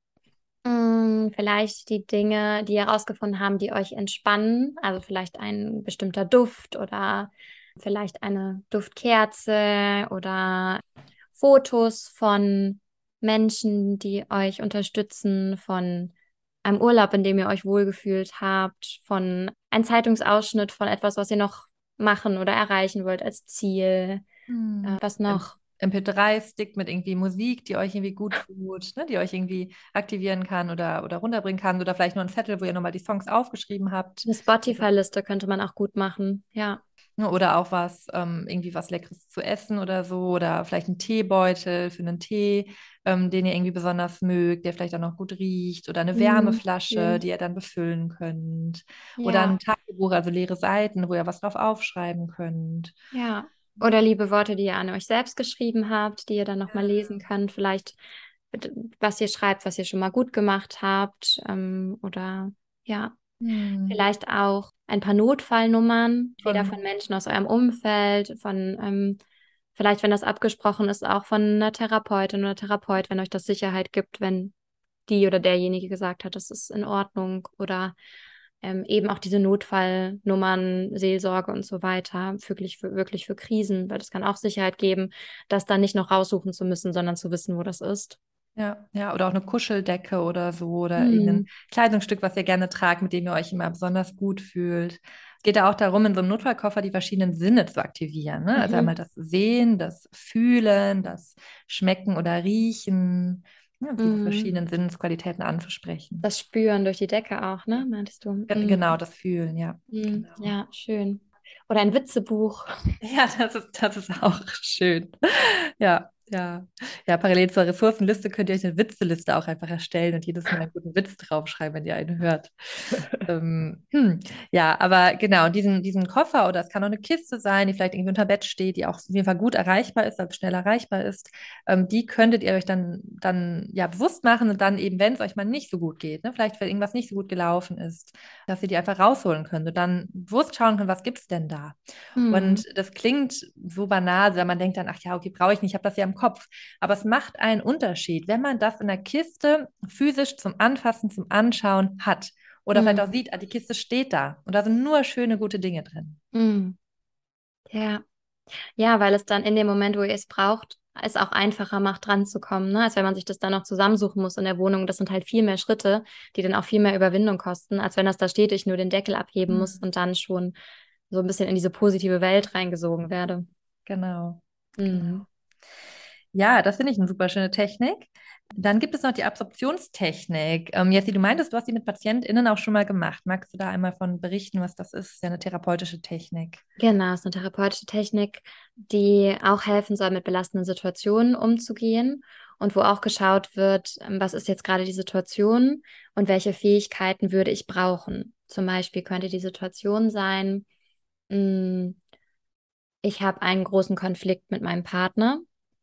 Mm, Vielleicht die Dinge, die ihr herausgefunden haben, die euch entspannen. Also vielleicht ein bestimmter Duft oder vielleicht eine Duftkerze oder Fotos von Menschen, die euch unterstützen, von einem Urlaub, in dem ihr euch wohlgefühlt habt, von einem Zeitungsausschnitt von etwas, was ihr noch machen oder erreichen wollt als Ziel. Äh, Hm. was M- noch? M P drei Stick mit irgendwie Musik, die euch irgendwie gut tut, ne, die euch irgendwie aktivieren kann oder, oder runterbringen kann. Oder vielleicht nur ein Zettel, wo ihr nochmal die Songs aufgeschrieben habt. Eine Spotify-Liste könnte man auch gut machen. Ja. Ne, oder auch was, ähm, irgendwie was Leckeres zu essen oder so. Oder vielleicht ein Teebeutel für einen Tee, ähm, den ihr irgendwie besonders mögt, der vielleicht auch noch gut riecht. Oder eine Mm, Wärmeflasche, schön. die ihr dann befüllen könnt. Oder Ja. ein Tagebuch, also leere Seiten, wo ihr was drauf aufschreiben könnt. Ja, oder liebe Worte, die ihr an euch selbst geschrieben habt, die ihr dann nochmal lesen könnt. Vielleicht, mit- was ihr schreibt, was ihr schon mal gut gemacht habt. Ähm, oder ja, Hm. vielleicht auch ein paar Notfallnummern, entweder von Von, Menschen aus eurem Umfeld, von ähm, vielleicht, wenn das abgesprochen ist, auch von einer Therapeutin oder Therapeut, wenn euch das Sicherheit gibt, wenn die oder derjenige gesagt hat, das ist in Ordnung oder ähm, eben auch diese Notfallnummern, Seelsorge und so weiter, wirklich für, wirklich für Krisen, weil das kann auch Sicherheit geben, das dann nicht noch raussuchen zu müssen, sondern zu wissen, wo das ist. ja, ja, oder auch eine Kuscheldecke oder so oder irgendein Hm. Kleidungsstück, was ihr gerne tragt, mit dem ihr euch immer besonders gut fühlt. Es geht ja auch darum, in so einem Notfallkoffer die verschiedenen Sinne zu aktivieren, ne? Also einmal Mhm. das Sehen, das Fühlen, das Schmecken oder Riechen, ne? Also diese Mhm. verschiedenen Sinnesqualitäten anzusprechen. Das Spüren durch die Decke auch, ne, meintest du? Ge- Mhm. Genau, das Fühlen, ja, Mhm. genau. Ja, schön. Oder ein Witzebuch. Ja, das ist, das ist auch schön. Ja, Ja, ja, parallel zur Ressourcenliste könnt ihr euch eine Witzeliste auch einfach erstellen und jedes Mal einen guten Witz draufschreiben, wenn ihr einen hört. Ähm, hm. Ja, aber genau, diesen, diesen Koffer oder es kann auch eine Kiste sein, die vielleicht irgendwie unter Bett steht, die auch auf jeden Fall gut erreichbar ist, also schnell erreichbar ist, ähm, die könntet ihr euch dann, dann ja bewusst machen und dann eben, wenn es euch mal nicht so gut geht, ne, vielleicht weil irgendwas nicht so gut gelaufen ist, dass ihr die einfach rausholen könnt und dann bewusst schauen könnt, was gibt es denn da? Hm. Und das klingt so banal, wenn man denkt dann, ach ja, okay, brauche ich nicht, ich habe das ja im Kopf. Aber es macht einen Unterschied, wenn man das in der Kiste physisch zum Anfassen, zum Anschauen hat. Oder vielleicht auch Hm. sieht, ah, die Kiste steht da und da sind nur schöne, gute Dinge drin. Hm. Ja. Ja, weil es dann in dem Moment, wo ihr es braucht, es auch einfacher macht, dran zu kommen, ne? Als wenn man sich das dann noch zusammensuchen muss in der Wohnung. Das sind halt viel mehr Schritte, die dann auch viel mehr Überwindung kosten, als wenn das da steht, ich nur den Deckel abheben muss Hm. und dann schon so ein bisschen in diese positive Welt reingesogen werde. Genau, Mhm. genau. Ja, das finde ich eine super schöne Technik. Dann gibt es noch die Absorptionstechnik. Ähm, Jessie, du meintest, du hast die mit PatientInnen auch schon mal gemacht. Magst du da einmal von berichten, was das ist? Ist ja eine therapeutische Technik. Genau, es ist eine therapeutische Technik, die auch helfen soll, mit belastenden Situationen umzugehen und wo auch geschaut wird, ähm, was ist jetzt gerade die Situation und welche Fähigkeiten würde ich brauchen. Zum Beispiel könnte die Situation sein, mh, ich habe einen großen Konflikt mit meinem Partner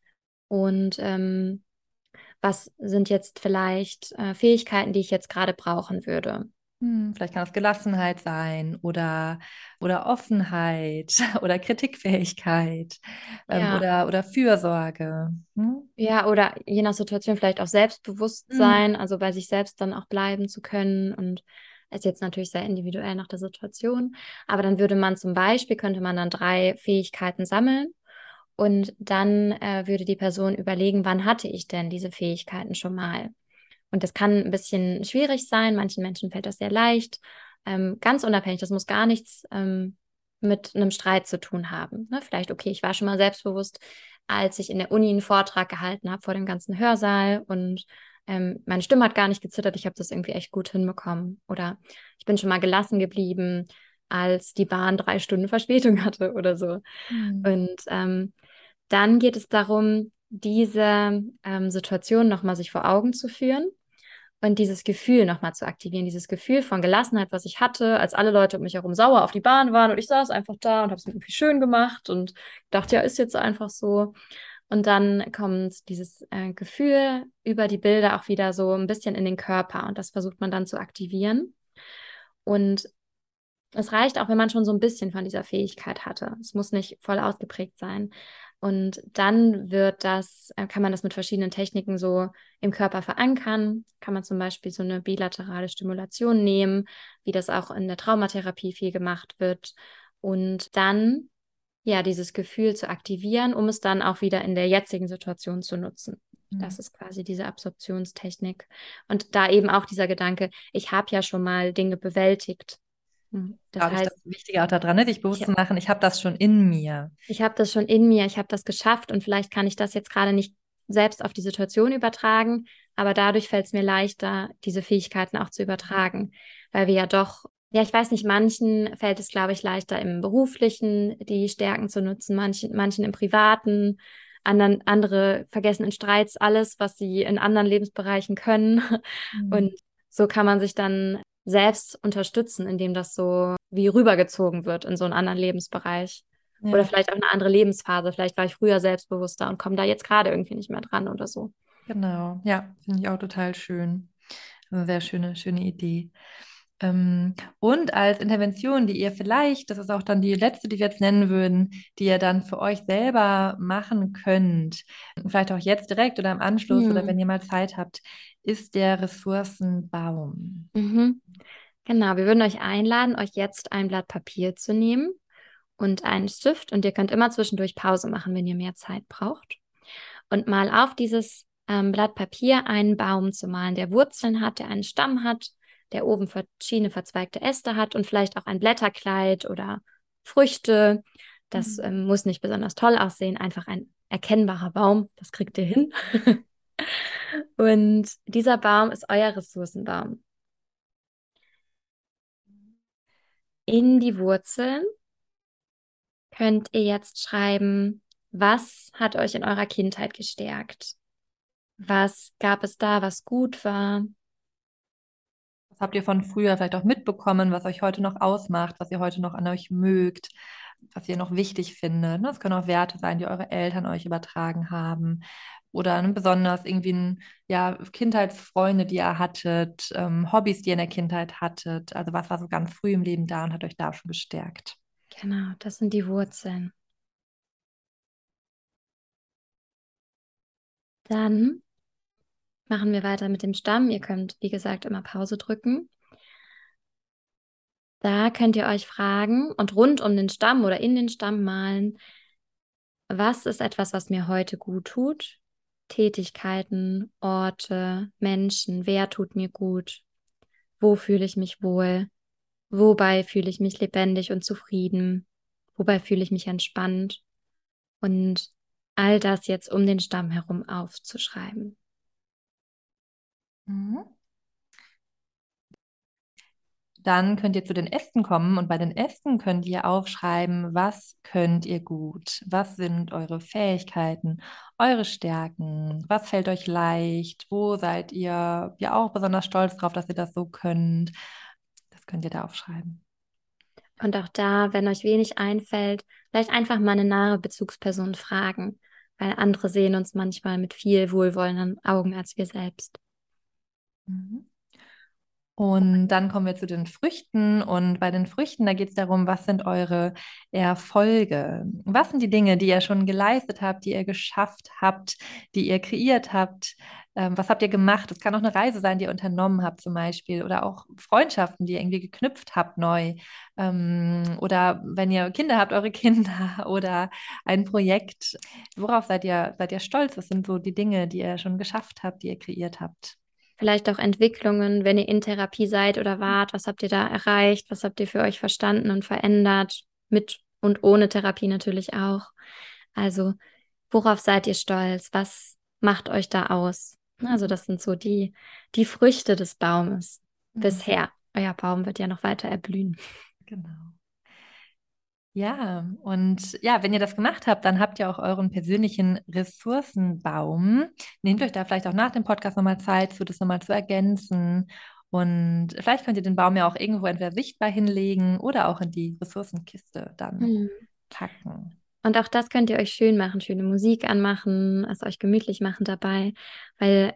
und ähm, was sind jetzt vielleicht äh, Fähigkeiten, die ich jetzt gerade brauchen würde. Hm, vielleicht kann das Gelassenheit sein oder, oder Offenheit oder Kritikfähigkeit ähm, Ja, oder, oder Fürsorge. Hm? ja, oder je nach Situation vielleicht auch Hm. Selbstbewusstsein, also bei sich selbst dann auch bleiben zu können und ist jetzt natürlich sehr individuell nach der Situation. Aber dann würde man zum Beispiel, könnte man dann drei Fähigkeiten sammeln und dann äh, würde die Person überlegen, wann hatte ich denn diese Fähigkeiten schon mal? Und das kann ein bisschen schwierig sein, manchen Menschen fällt das sehr leicht. Ähm, ganz unabhängig, das muss gar nichts ähm, mit einem Streit zu tun haben. Ne? Vielleicht, okay, ich war schon mal selbstbewusst, als ich in der Uni einen Vortrag gehalten habe vor dem ganzen Hörsaal und ähm, meine Stimme hat gar nicht gezittert, ich habe das irgendwie echt gut hinbekommen. Oder ich bin schon mal gelassen geblieben, als die Bahn drei Stunden Verspätung hatte oder so. Hm. Und ähm, dann geht es darum, diese ähm, Situation nochmal sich vor Augen zu führen und dieses Gefühl nochmal zu aktivieren, dieses Gefühl von Gelassenheit, was ich hatte, als alle Leute um mich herum sauer auf die Bahn waren und ich saß einfach da und habe es mir irgendwie schön gemacht und dachte, ja, ist jetzt einfach so. Und dann kommt dieses äh, Gefühl über die Bilder auch wieder so ein bisschen in den Körper und das versucht man dann zu aktivieren. Und es reicht auch, wenn man schon so ein bisschen von dieser Fähigkeit hatte. Es muss nicht voll ausgeprägt sein. Und dann wird das, äh, kann man das mit verschiedenen Techniken so im Körper verankern. Kann man zum Beispiel so eine bilaterale Stimulation nehmen, wie das auch in der Traumatherapie viel gemacht wird. Und dann, ja, dieses Gefühl zu aktivieren, um es dann auch wieder in der jetzigen Situation zu nutzen. Hm. Das ist quasi diese Absorptionstechnik. Und da eben auch dieser Gedanke, ich habe ja schon mal Dinge bewältigt. Hm. Das Glaube ich, das heißt, Wichtige auch daran, ne, sich bewusst ich, zu machen, ich habe das schon in mir. ich habe das schon in mir, ich habe das geschafft und vielleicht kann ich das jetzt gerade nicht selbst auf die Situation übertragen, aber dadurch fällt es mir leichter, diese Fähigkeiten auch zu übertragen, weil wir ja doch, ja, ich weiß nicht, manchen fällt es, glaube ich, leichter im Beruflichen, die Stärken zu nutzen, manchen, manchen im Privaten, anderen, andere vergessen in Streits alles, was sie in anderen Lebensbereichen können. Hm. Und so kann man sich dann selbst unterstützen, indem das so wie rübergezogen wird in so einen anderen Lebensbereich. Oder Ja, vielleicht auch eine andere Lebensphase. Vielleicht war ich früher selbstbewusster und komme da jetzt gerade irgendwie nicht mehr dran oder so. genau. Ja, finde ich auch total schön. Eine sehr schöne, schöne Idee. Ähm, und als Intervention, die ihr vielleicht, das ist auch dann die letzte, die wir jetzt nennen würden, die ihr dann für euch selber machen könnt, vielleicht auch jetzt direkt oder im Anschluss oder Hm. wenn ihr mal Zeit habt, ist der Ressourcenbaum. Mhm. Genau, wir würden euch einladen, euch jetzt ein Blatt Papier zu nehmen und einen Stift und ihr könnt immer zwischendurch Pause machen, wenn ihr mehr Zeit braucht. Und mal auf dieses ähm, Blatt Papier einen Baum zu malen, der Wurzeln hat, der einen Stamm hat, der oben verschiedene verzweigte Äste hat und vielleicht auch ein Blätterkleid oder Früchte. Das Mhm. ähm, muss nicht besonders toll aussehen, einfach ein erkennbarer Baum, das kriegt ihr hin. Und dieser Baum ist euer Ressourcenbaum. In die Wurzeln könnt ihr jetzt schreiben, Was hat euch in eurer Kindheit gestärkt? Was gab es da, was gut war? Was habt ihr von früher vielleicht auch mitbekommen, was euch heute noch ausmacht, was ihr heute noch an euch mögt, was ihr noch wichtig findet? Ne? Das können auch Werte sein, die eure Eltern euch übertragen haben. Oder ne, besonders irgendwie ein, ja, Kindheitsfreunde, die ihr hattet, ähm, Hobbys, die ihr in der Kindheit hattet. Also was war so ganz früh im Leben da und hat euch da schon gestärkt? Genau, das sind die Wurzeln. Dann machen wir weiter mit dem Stamm. Ihr könnt, wie gesagt, immer Pause drücken. Da könnt ihr euch fragen und rund um den Stamm oder in den Stamm malen, was ist etwas, was mir heute gut tut? Tätigkeiten, Orte, Menschen, wer tut mir gut? Wo fühle ich mich wohl? Wobei fühle ich mich lebendig und zufrieden? Wobei fühle ich mich entspannt? Und all das jetzt um den Stamm herum aufzuschreiben. Mhm. Dann könnt ihr zu den Ästen kommen und bei den Ästen könnt ihr aufschreiben, was könnt ihr gut, was sind eure Fähigkeiten, eure Stärken, was fällt euch leicht, wo seid ihr ja auch besonders stolz drauf, dass ihr das so könnt. Das könnt ihr da aufschreiben. Und auch da, wenn euch wenig einfällt, vielleicht einfach mal eine nahe Bezugsperson fragen, weil andere sehen uns manchmal mit viel wohlwollenden Augen als wir selbst. Mhm. Und dann kommen wir zu den Früchten. Und bei den Früchten, da geht es darum, was sind eure Erfolge? Was sind die Dinge, die ihr schon geleistet habt, die ihr geschafft habt, die ihr kreiert habt? Ähm, was habt ihr gemacht? Es kann auch eine Reise sein, die ihr unternommen habt zum Beispiel. Oder auch Freundschaften, die ihr irgendwie geknüpft habt neu. Ähm, oder wenn ihr Kinder habt, eure Kinder. Oder ein Projekt. Worauf seid ihr, seid ihr stolz? Was sind so die Dinge, die ihr schon geschafft habt, die ihr kreiert habt? Vielleicht auch Entwicklungen, wenn ihr in Therapie seid oder wart. Was habt ihr da erreicht? Was habt ihr für euch verstanden und verändert? Mit und ohne Therapie natürlich auch. Also, worauf seid ihr stolz? Was macht euch da aus? Also, das sind so die, die Früchte des Baumes Mhm. bisher. Euer Baum wird ja noch weiter erblühen. Genau. Ja, und ja, wenn ihr das gemacht habt, dann habt ihr auch euren persönlichen Ressourcenbaum. Nehmt euch da vielleicht auch nach dem Podcast nochmal Zeit, für das nochmal zu ergänzen. Und vielleicht könnt ihr den Baum ja auch irgendwo entweder sichtbar hinlegen oder auch in die Ressourcenkiste dann Hm. packen. Und auch das könnt ihr euch schön machen, schöne Musik anmachen, es euch gemütlich machen dabei, weil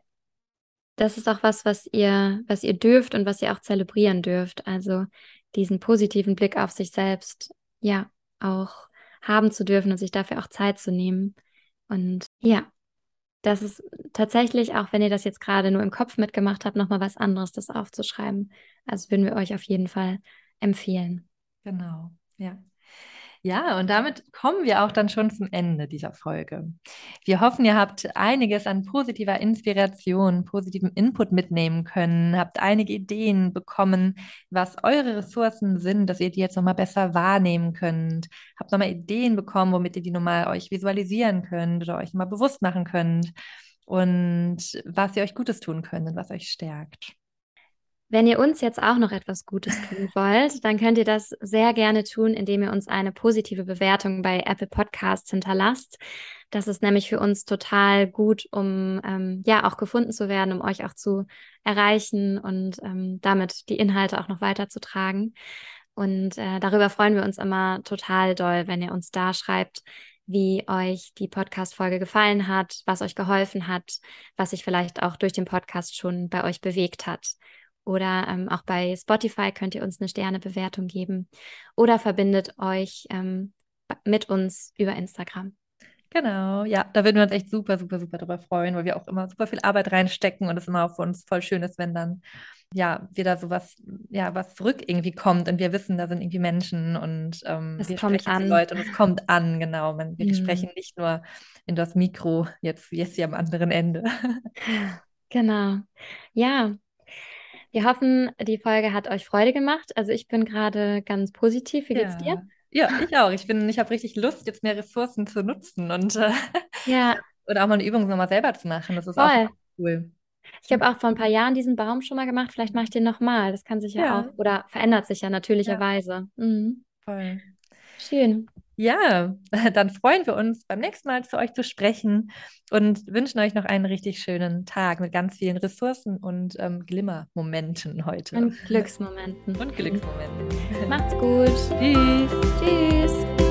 das ist auch was, was ihr, was ihr dürft und was ihr auch zelebrieren dürft. Also diesen positiven Blick auf sich selbst, ja, auch haben zu dürfen und sich dafür auch Zeit zu nehmen. Und ja, das ist tatsächlich, auch wenn ihr das jetzt gerade nur im Kopf mitgemacht habt, nochmal was anderes, das aufzuschreiben. Also würden wir euch auf jeden Fall empfehlen. Genau, ja. Ja, und damit kommen wir auch dann schon zum Ende dieser Folge. Wir hoffen, ihr habt einiges an positiver Inspiration, positivem Input mitnehmen können, habt einige Ideen bekommen, was eure Ressourcen sind, dass ihr die jetzt nochmal besser wahrnehmen könnt. Habt nochmal Ideen bekommen, womit ihr die nochmal euch visualisieren könnt oder euch mal bewusst machen könnt und was ihr euch Gutes tun könnt und was euch stärkt. Wenn ihr uns jetzt auch noch etwas Gutes tun wollt, dann könnt ihr das sehr gerne tun, indem ihr uns eine positive Bewertung bei Apple Podcasts hinterlasst. Das ist nämlich für uns total gut, um ähm, ja auch gefunden zu werden, um euch auch zu erreichen und ähm, damit die Inhalte auch noch weiterzutragen. Und äh, darüber freuen wir uns immer total doll, wenn ihr uns da schreibt, wie euch die Podcast-Folge gefallen hat, was euch geholfen hat, was sich vielleicht auch durch den Podcast schon bei euch bewegt hat. Oder ähm, auch bei Spotify könnt ihr uns eine Sternebewertung geben oder verbindet euch ähm, mit uns über Instagram. Genau, ja, da würden wir uns echt super, super, super drüber freuen, weil wir auch immer super viel Arbeit reinstecken und es immer auch für uns voll schön ist, wenn dann, ja, wieder sowas, ja, was zurück irgendwie kommt und wir wissen, da sind irgendwie Menschen und ähm, Es wir kommt sprechen zu an. Leuten und es kommt an, genau. Man, wir Hm. sprechen nicht nur in das Mikro, jetzt, jetzt hier am anderen Ende. Genau. Ja, wir hoffen, die Folge hat euch Freude gemacht. Also ich bin gerade ganz positiv. Wie geht's dir? Ja, ja, ich auch. Ich bin, ich habe richtig Lust, jetzt mehr Ressourcen zu nutzen und äh, Ja, oder auch mal eine Übung nochmal selber zu machen. Das ist auch voll. cool. Ich habe auch vor ein paar Jahren diesen Baum schon mal gemacht. Vielleicht mache ich den nochmal. Das kann sich ja auch Ja, oder verändert sich ja ja, natürlicherweise. Mhm. voll. Schön. Ja, dann freuen wir uns beim nächsten Mal zu euch zu sprechen und wünschen euch noch einen richtig schönen Tag mit ganz vielen Ressourcen und ähm, Glimmermomenten heute. Und Glücksmomenten. Und Glücksmomenten. Macht's gut. Tschüss. Tschüss.